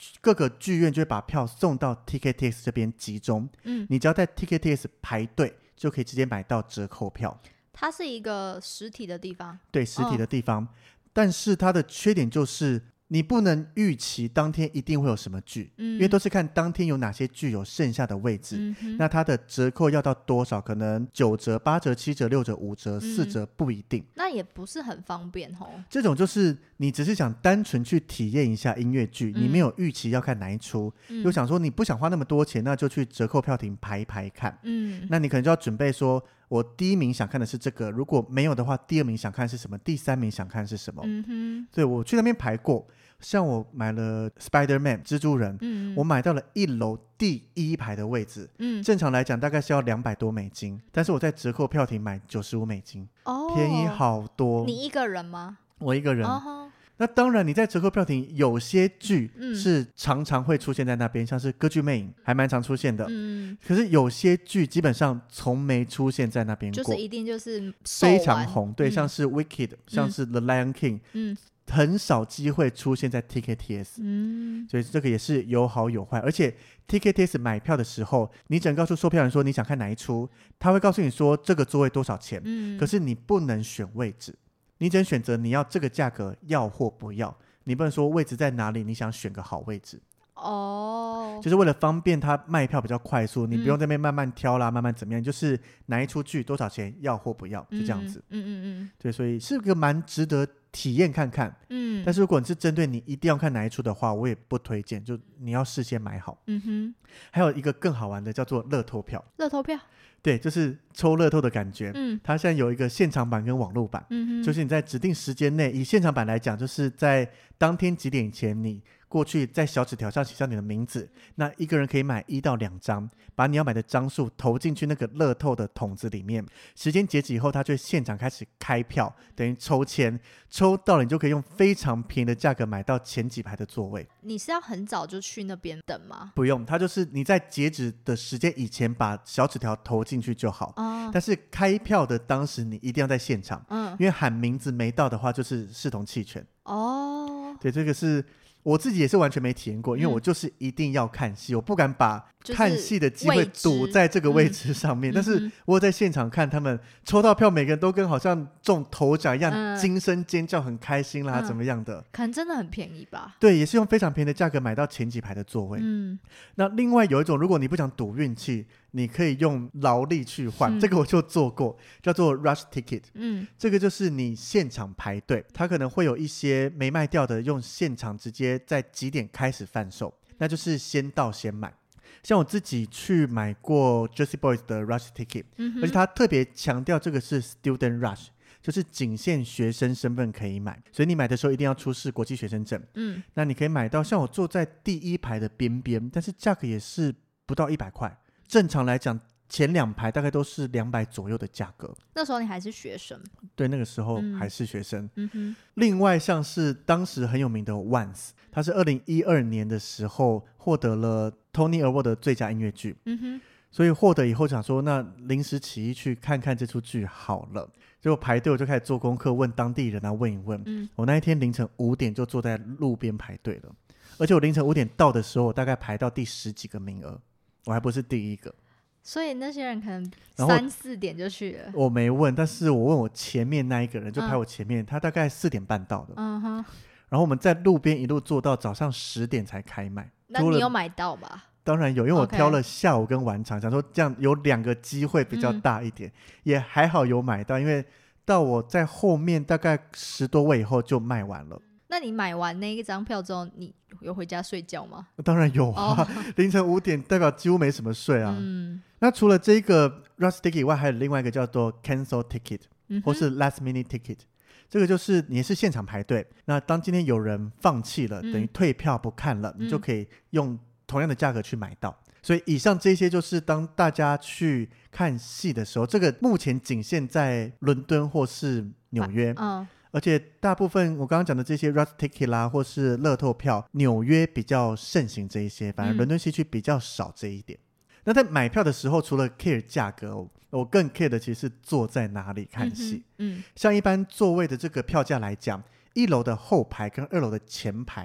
各个剧院就会把票送到 TKTX 这边集中，你只要在 TKTX 排队就可以直接买到折扣票。 它是一个实体的地方， 对，实体的地方，但是它的缺点就是你不能预期当天一定会有什么剧，因为都是看当天有哪些剧有剩下的位置，那它的折扣要到多少，可能9折、8折、7折、6折、5折、4折不一定， 那也不是很方便哦。 这种就是你只是想单纯去体验一下音乐剧，你没有预期要看哪一出，又想说你不想花那么多钱，那就去折扣票亭排一排看，那你可能就要准备说我第一名想看的是这个，如果没有的话第二名想看是什么，第三名想看是什么，所以我去那边排过，像我买了 Spider-Man 蜘蛛人，我买到了1楼第1排的位置，正常来讲大概是要$200多，但是我在折扣票亭买$95，便宜好多。 你一个人吗？ 我一个人。那当然你在折扣票亭有些剧是常常会出现在那边，像是歌剧魅影还蛮常出现的，可是有些剧基本上从没出现在那边过， 就是一定就是非常红，对，像是 Wicked，像是 The Lion King，很少机会出现在 TKTX，所以这个也是有好有坏。而且 TKTX 买票的时候，你只能告诉售票员说你想看哪一出，他会告诉你说这个座位多少钱，可是你不能选位置，你只能选择你要这个价格要或不要，你不能说位置在哪里，你想选个好位置。就是为了方便他卖票比较快速，你不用在那边慢慢挑啦，慢慢怎么样，就是哪一出剧多少钱要或不要，就这样子。对，所以是个蛮值得体验看看，但是如果你是针对你一定要看哪一出的话，我也不推荐，就你要事先买好。还有一个更好玩的叫做乐透票。 乐透票， 对，就是抽乐透的感觉。它现在有一个现场版跟网络版，就是你在指定时间内，以现场版来讲，就是在当天几点以前，你过去在小纸条上写上你的名字，那一个人可以买1到2张，把你要买的张数投进去那个乐透的桶子里面，时间截止以后，他就会现场开始开票，等于抽签，抽到了你就可以用非常便宜的价格买到前几排的座位。 你是要很早就去那边等吗？ 不用，它就是你在截止的时间以前把小纸条投进去就好，但是开票的当时你一定要在现场，因为喊名字没到的话就是视同弃权。对，这个是我自己也是完全没体验过，因为我就是一定要看戏，我不敢把看戏的机会赌在这个位置上面，但是我有在现场看他们抽到票，每个人都跟好像中头奖一样，惊声尖叫，很开心啦，怎么样的， 可能真的很便宜吧。 对，也是用非常便宜的价格买到前几排的座位。那另外有一种，如果你不想赌运气，你可以用劳力去换，这个我就做过，叫做 rush ticket。这个就是你现场排队，它可能会有一些没卖掉的，用现场直接在几点开始贩售，那就是先到先买。像我自己去买过 Jersey Boys 的 rush ticket，而且他特别强调这个是 student rush， 就是仅限学生身份可以买，所以你买的时候一定要出示国际学生证。那你可以买到像我坐在第1排的边边，但是价格也是不到100块，正常来讲前2排大概都是200左右的价格。 那时候你还是学生？对， 那个时候还是学生。另外像是当时很有名的 Once， 它是2012年的时候获得了 Tony Award 的最佳音乐剧，所以获得以后想说那临时起意去看看这出剧好了，结果排队我就开始做功课，问当地人啊，问一问。我那一天凌晨5点就坐在路边排队了，而且我凌晨5点到的时候，我大概排到第10几个名额，我还不是第一个。 所以那些人可能3、4点就去了。我没问，但是我问我前面那一个人，就排我前面，他大概4点半到的。然后我们在路边一路坐到早上10点才开卖。 那你有买到吧？ 当然有，因为我挑了下午跟晚场，想说这样有2个机会比较大一点，也还好有买到，因为到我在后面大概10多位以后就卖完了。 那你买完那一张票之后，你有回家睡觉吗？ 当然有啊，凌晨5点代表几乎没什么睡啊。那除了这个 rush ticket 以外，还有另外一个叫做 cancel ticket，或是 last minute ticket。这个就是你是现场排队，那当今天有人放弃了，等于退票不看了，你就可以用同样的价格去买到。所以以上这些就是当大家去看戏的时候，这个目前仅限在伦敦或是纽约，而且大部分我刚刚讲的这些 rush ticket 啦，或是乐透票，纽约比较盛行这一些，反而伦敦西区比较少这一点。那在买票的时候，除了 care 价格，我更 care 的其实是坐在哪里看戏。像一般座位的这个票价来讲，1楼的后排跟2楼的前排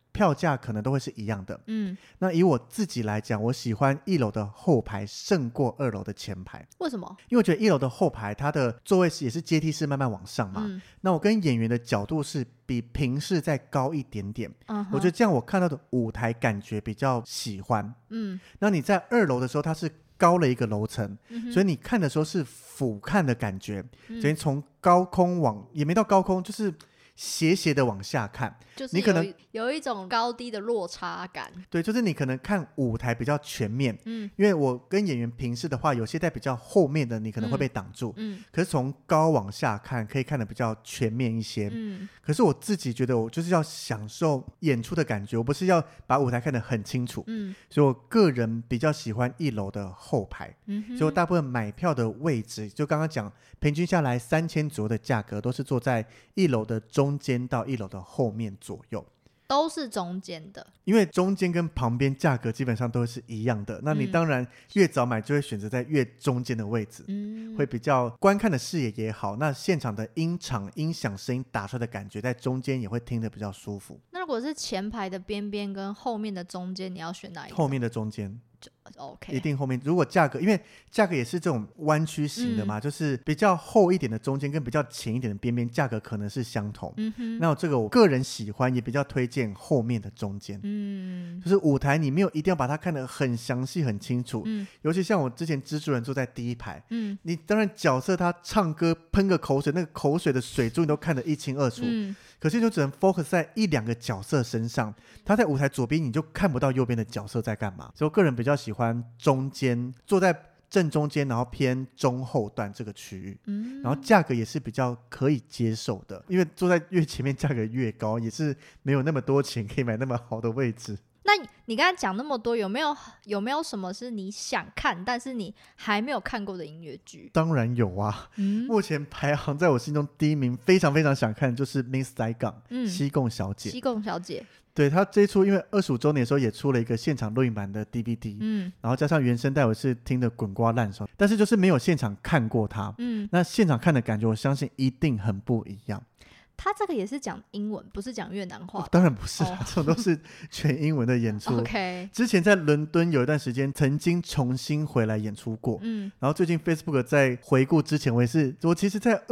票价可能都会是一样的。那以我自己来讲，我喜欢1楼的后排胜过2楼的前排。 为什么？ 因为我觉得1楼的后排它的座位也是阶梯式慢慢往上嘛，那我跟演员的角度是比平视再高一点点，我觉得这样我看到的舞台感觉比较喜欢。那你在2楼的时候它是高了一个楼层，所以你看的时候是俯瞰的感觉，等于从高空往，也没到高空，就是斜斜的往下看， 就是你可能有一种高低的落差感。 对，就是你可能看舞台比较全面，因为我跟演员平视的话，有些在比较后面的你可能会被挡住，可是从高往下看可以看得比较全面一些。可是我自己觉得我就是要享受演出的感觉，我不是要把舞台看得很清楚，所以我个人比较喜欢1楼的后排，所以我大部分买票的位置就刚刚讲平均下来3000左右的价格都是坐在1楼的中间到1楼的后面左右， 都是中间的， 因为中间跟旁边价格基本上都是一样的，那你当然越早买就会选择在越中间的位置，会比较观看的视野也好，那现场的音场音响声音打出来的感觉在中间也会听得比较舒服。 那如果是前排的边边跟后面的中间，你要选哪一个？ 后面的中间 OK， 一定后面。如果价格，因为价格也是这种弯曲型的嘛，就是比较厚一点的中间跟比较浅一点的边边，价格可能是相同。那这个我个人喜欢，也比较推荐后面的中间。就是舞台你没有一定要把它看得很详细很清楚，尤其像我之前蜘蛛人坐在第一排，你当然角色他唱歌喷个口水，那个口水的水珠你都看得一清二楚，可是就只能 focus 在1-2个角色身上，他在舞台左边你就看不到右边的角色在干嘛，所以我个人比较喜欢中间，坐在正中间然后偏中后段这个区域，然后价格也是比较可以接受的，因为坐在越前面价格越高，也是没有那么多钱可以买那么好的位置。 那你刚才讲那么多，有没有什么是你想看但是你还没有看过的音乐剧？ 当然有啊，目前排行在我心中第一名，非常非常想看的就是 Miss Saigon 西贡小姐。 西贡小姐， 对，他这一出因为25周年的时候也出了一个现场录影版的 DVD，然后加上原声带我是听得滚瓜烂熟，但是就是没有现场看过它，那现场看的感觉我相信一定很不一样。 他这个也是讲英文，不是讲越南话？ 当然不是啦，这种都是全英文的演出。 OK， 之前在伦敦有一段时间曾经重新回来演出过，然后最近 Facebook 在回顾之前，我其实在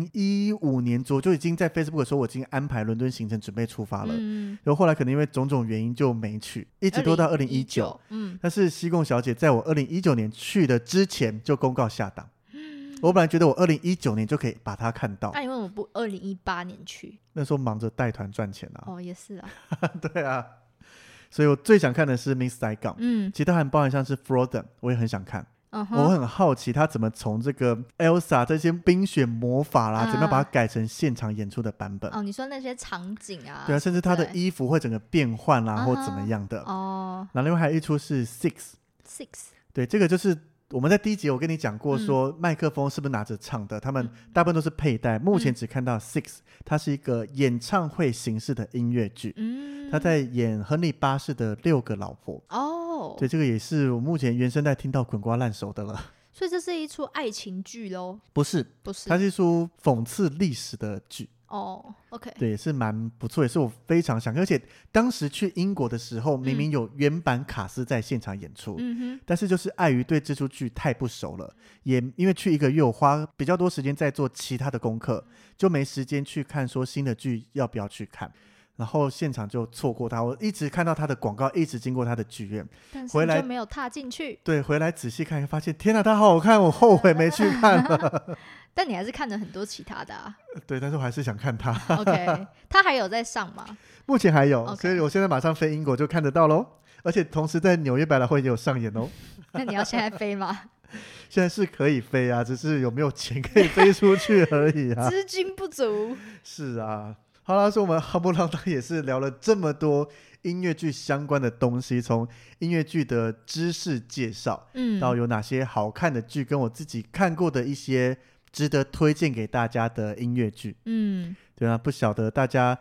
2015年左右就已经在 Facebook 说我已经安排伦敦行程准备出发了，然后后来可能因为种种原因就没去，一直都到2019，但是西贡小姐在我2019年去的之前就公告下档。我本来觉得我2019年就可以把它看到， 那你为什么不2018年去？ 那时候忙着带团赚钱啊。 也是啊。 对啊，所以我最想看的是 Miss Saigon，其他还包含像是 Frozen 我也很想看，我很好奇他怎么从这个 Elsa 这些冰雪魔法啦，怎么样把它改成现场演出的版本。 你说那些场景啊， 对啊，甚至他的衣服会整个变换啦，或怎么样的。然后另外还有一出是 Six， 对，这个就是我们在第一集我跟你讲过说麦克风是不是拿着唱的，他们大部分都是佩戴，目前只看到 Six， 它是一个演唱会形式的音乐剧，他在演亨利8世的6个老婆。对，这个也是我目前原声带听到滚瓜烂熟的了。 所以这是一出爱情剧咯？ 不是，它是一出讽刺历史的剧。OK， 对，也是蛮不错，也是我非常想看。而且当时去英国的时候，明明有原版卡司在现场演出，但是就是碍于对这出剧太不熟了，也因为去1个月，我花比较多时间在做其他的功课，就没时间去看说新的剧要不要去看。然后现场就错过它，我一直看到它的广告，一直经过它的剧院， 但是就没有踏进去。 对，回来仔细看发现天哪，它好好看，我后悔没去看了。 但你还是看了很多其他的啊。 对，但是我还是想看它。 OK， 它还有在上吗？ 目前还有，所以我现在马上飞英国就看得到咯，而且同时在纽约百老汇也有上演哦。 那你要现在飞吗？ 现在是可以飞啊，只是有没有钱可以飞出去而已啊。 资金不足。 是啊。好啦，所以我们夯不啷当也是聊了这么多音乐剧相关的东西，从音乐剧的知识介绍，到有哪些好看的剧，跟我自己看过的一些值得推荐给大家的音乐剧。对啊，不晓得大家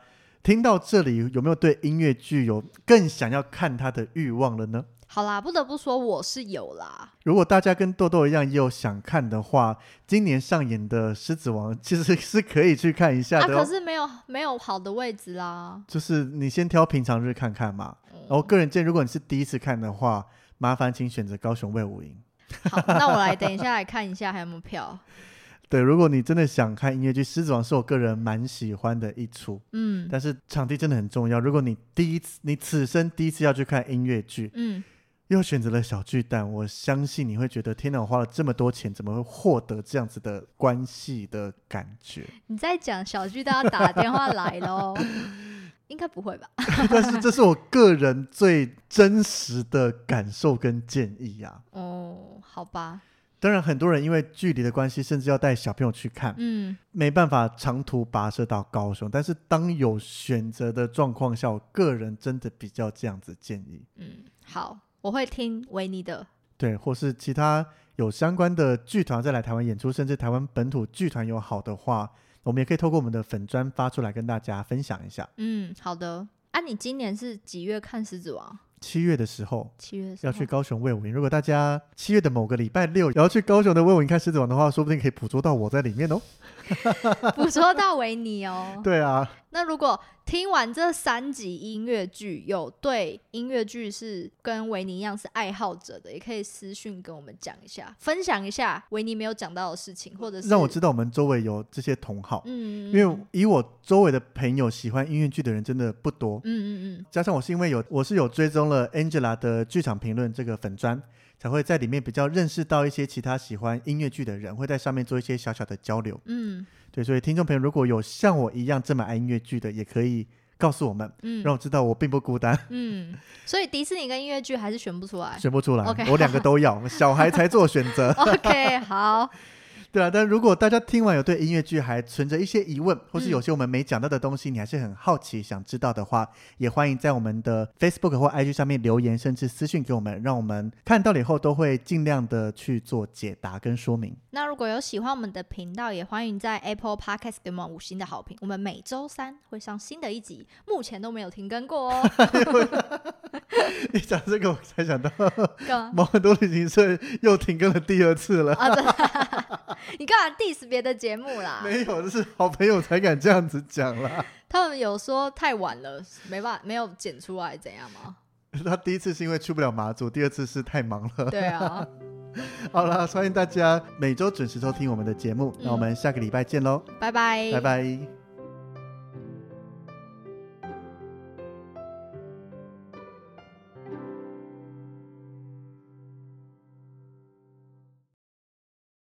听到这里有没有对音乐剧有更想要看它的欲望了呢？ 好啦，不得不说我是有啦。 如果大家跟豆豆一样也有想看的话，今年上演的《狮子王》其实是可以去看一下的可是没有好的位置啦。 就是你先挑平常日看看嘛。然后个人建议，如果你是第一次看的话，麻烦请选择高雄卫武营。 好，那我等一下来看一下还有没有票。 对，如果你真的想看音乐剧，《狮子王》是我个人蛮喜欢的一出。但是场地真的很重要。如果你此生第一次要去看音乐剧，又选择了小巨蛋，我相信你会觉得天哪，我花了这么多钱，怎么会获得这样子的关系的感觉？你在讲小巨蛋要打电话来咯应该不会吧？ 但是这是我个人最真实的感受跟建议啊。 好吧。 当然很多人因为距离的关系甚至要带小朋友去看，没办法长途跋涉到高雄，但是当有选择的状况下，我个人真的比较这样子建议。 好，我会听维尼的。对， 或是其他有相关的剧团再来台湾演出，甚至台湾本土剧团有好的话，我们也可以透过我们的粉专发出来跟大家分享一下。 好的。你今年是几月看狮子王 ？7月的时候要去高雄卫武营。如果大家7月的某个礼拜六要去高雄的卫武营看狮子王的话，说不定可以捕捉到我在里面哦。 捕捉到维尼哦。 对啊。 那如果听完这3集音乐剧，有对音乐剧是跟维尼一样是爱好者的，也可以私讯跟我们讲一下，分享一下维尼没有讲到的事情，或者是让我知道我们周围有这些同好。因为以我周围的朋友喜欢音乐剧的人真的不多。加上我是因为我是有追踪了 Angela 的剧场评论这个粉专，才会在里面比较认识到一些其他喜欢音乐剧的人，会在上面做一些小小的交流。对，所以听众朋友如果有像我一样这么爱音乐剧的，也可以告诉我们，让我知道我并不孤单。 所以迪士尼跟音乐剧还是选不出来。 选不出来。我2个都要，小孩才做选择。 OK， 好。 对啊，但如果大家听完有对音乐剧还存着一些疑问，或是有些我们没讲到的东西，你还是很好奇想知道的话，也欢迎在我们的 Facebook 或 IG 上面留言，甚至私讯给我们，让我们看到了以后都会尽量的去做解答跟说明。 那如果有喜欢我们的频道，也欢迎在 Apple Podcast 给我们5星的好评。我们每周3会上新的一集，目前都没有停更过哦。 你讲这个我才想到毛很多旅行社又停更了第2次了。 真的你干嘛 diss 别的节目啦？ 没有，这是好朋友才敢这样子讲啦。 他们有说太晚了，没有剪出来怎样吗？ 他第1次是因为去不了马祖，第2次是太忙了。 对啊。 好啦，欢迎大家每周准时收听我们的节目。那我们下个礼拜见咯。 拜拜。 拜拜。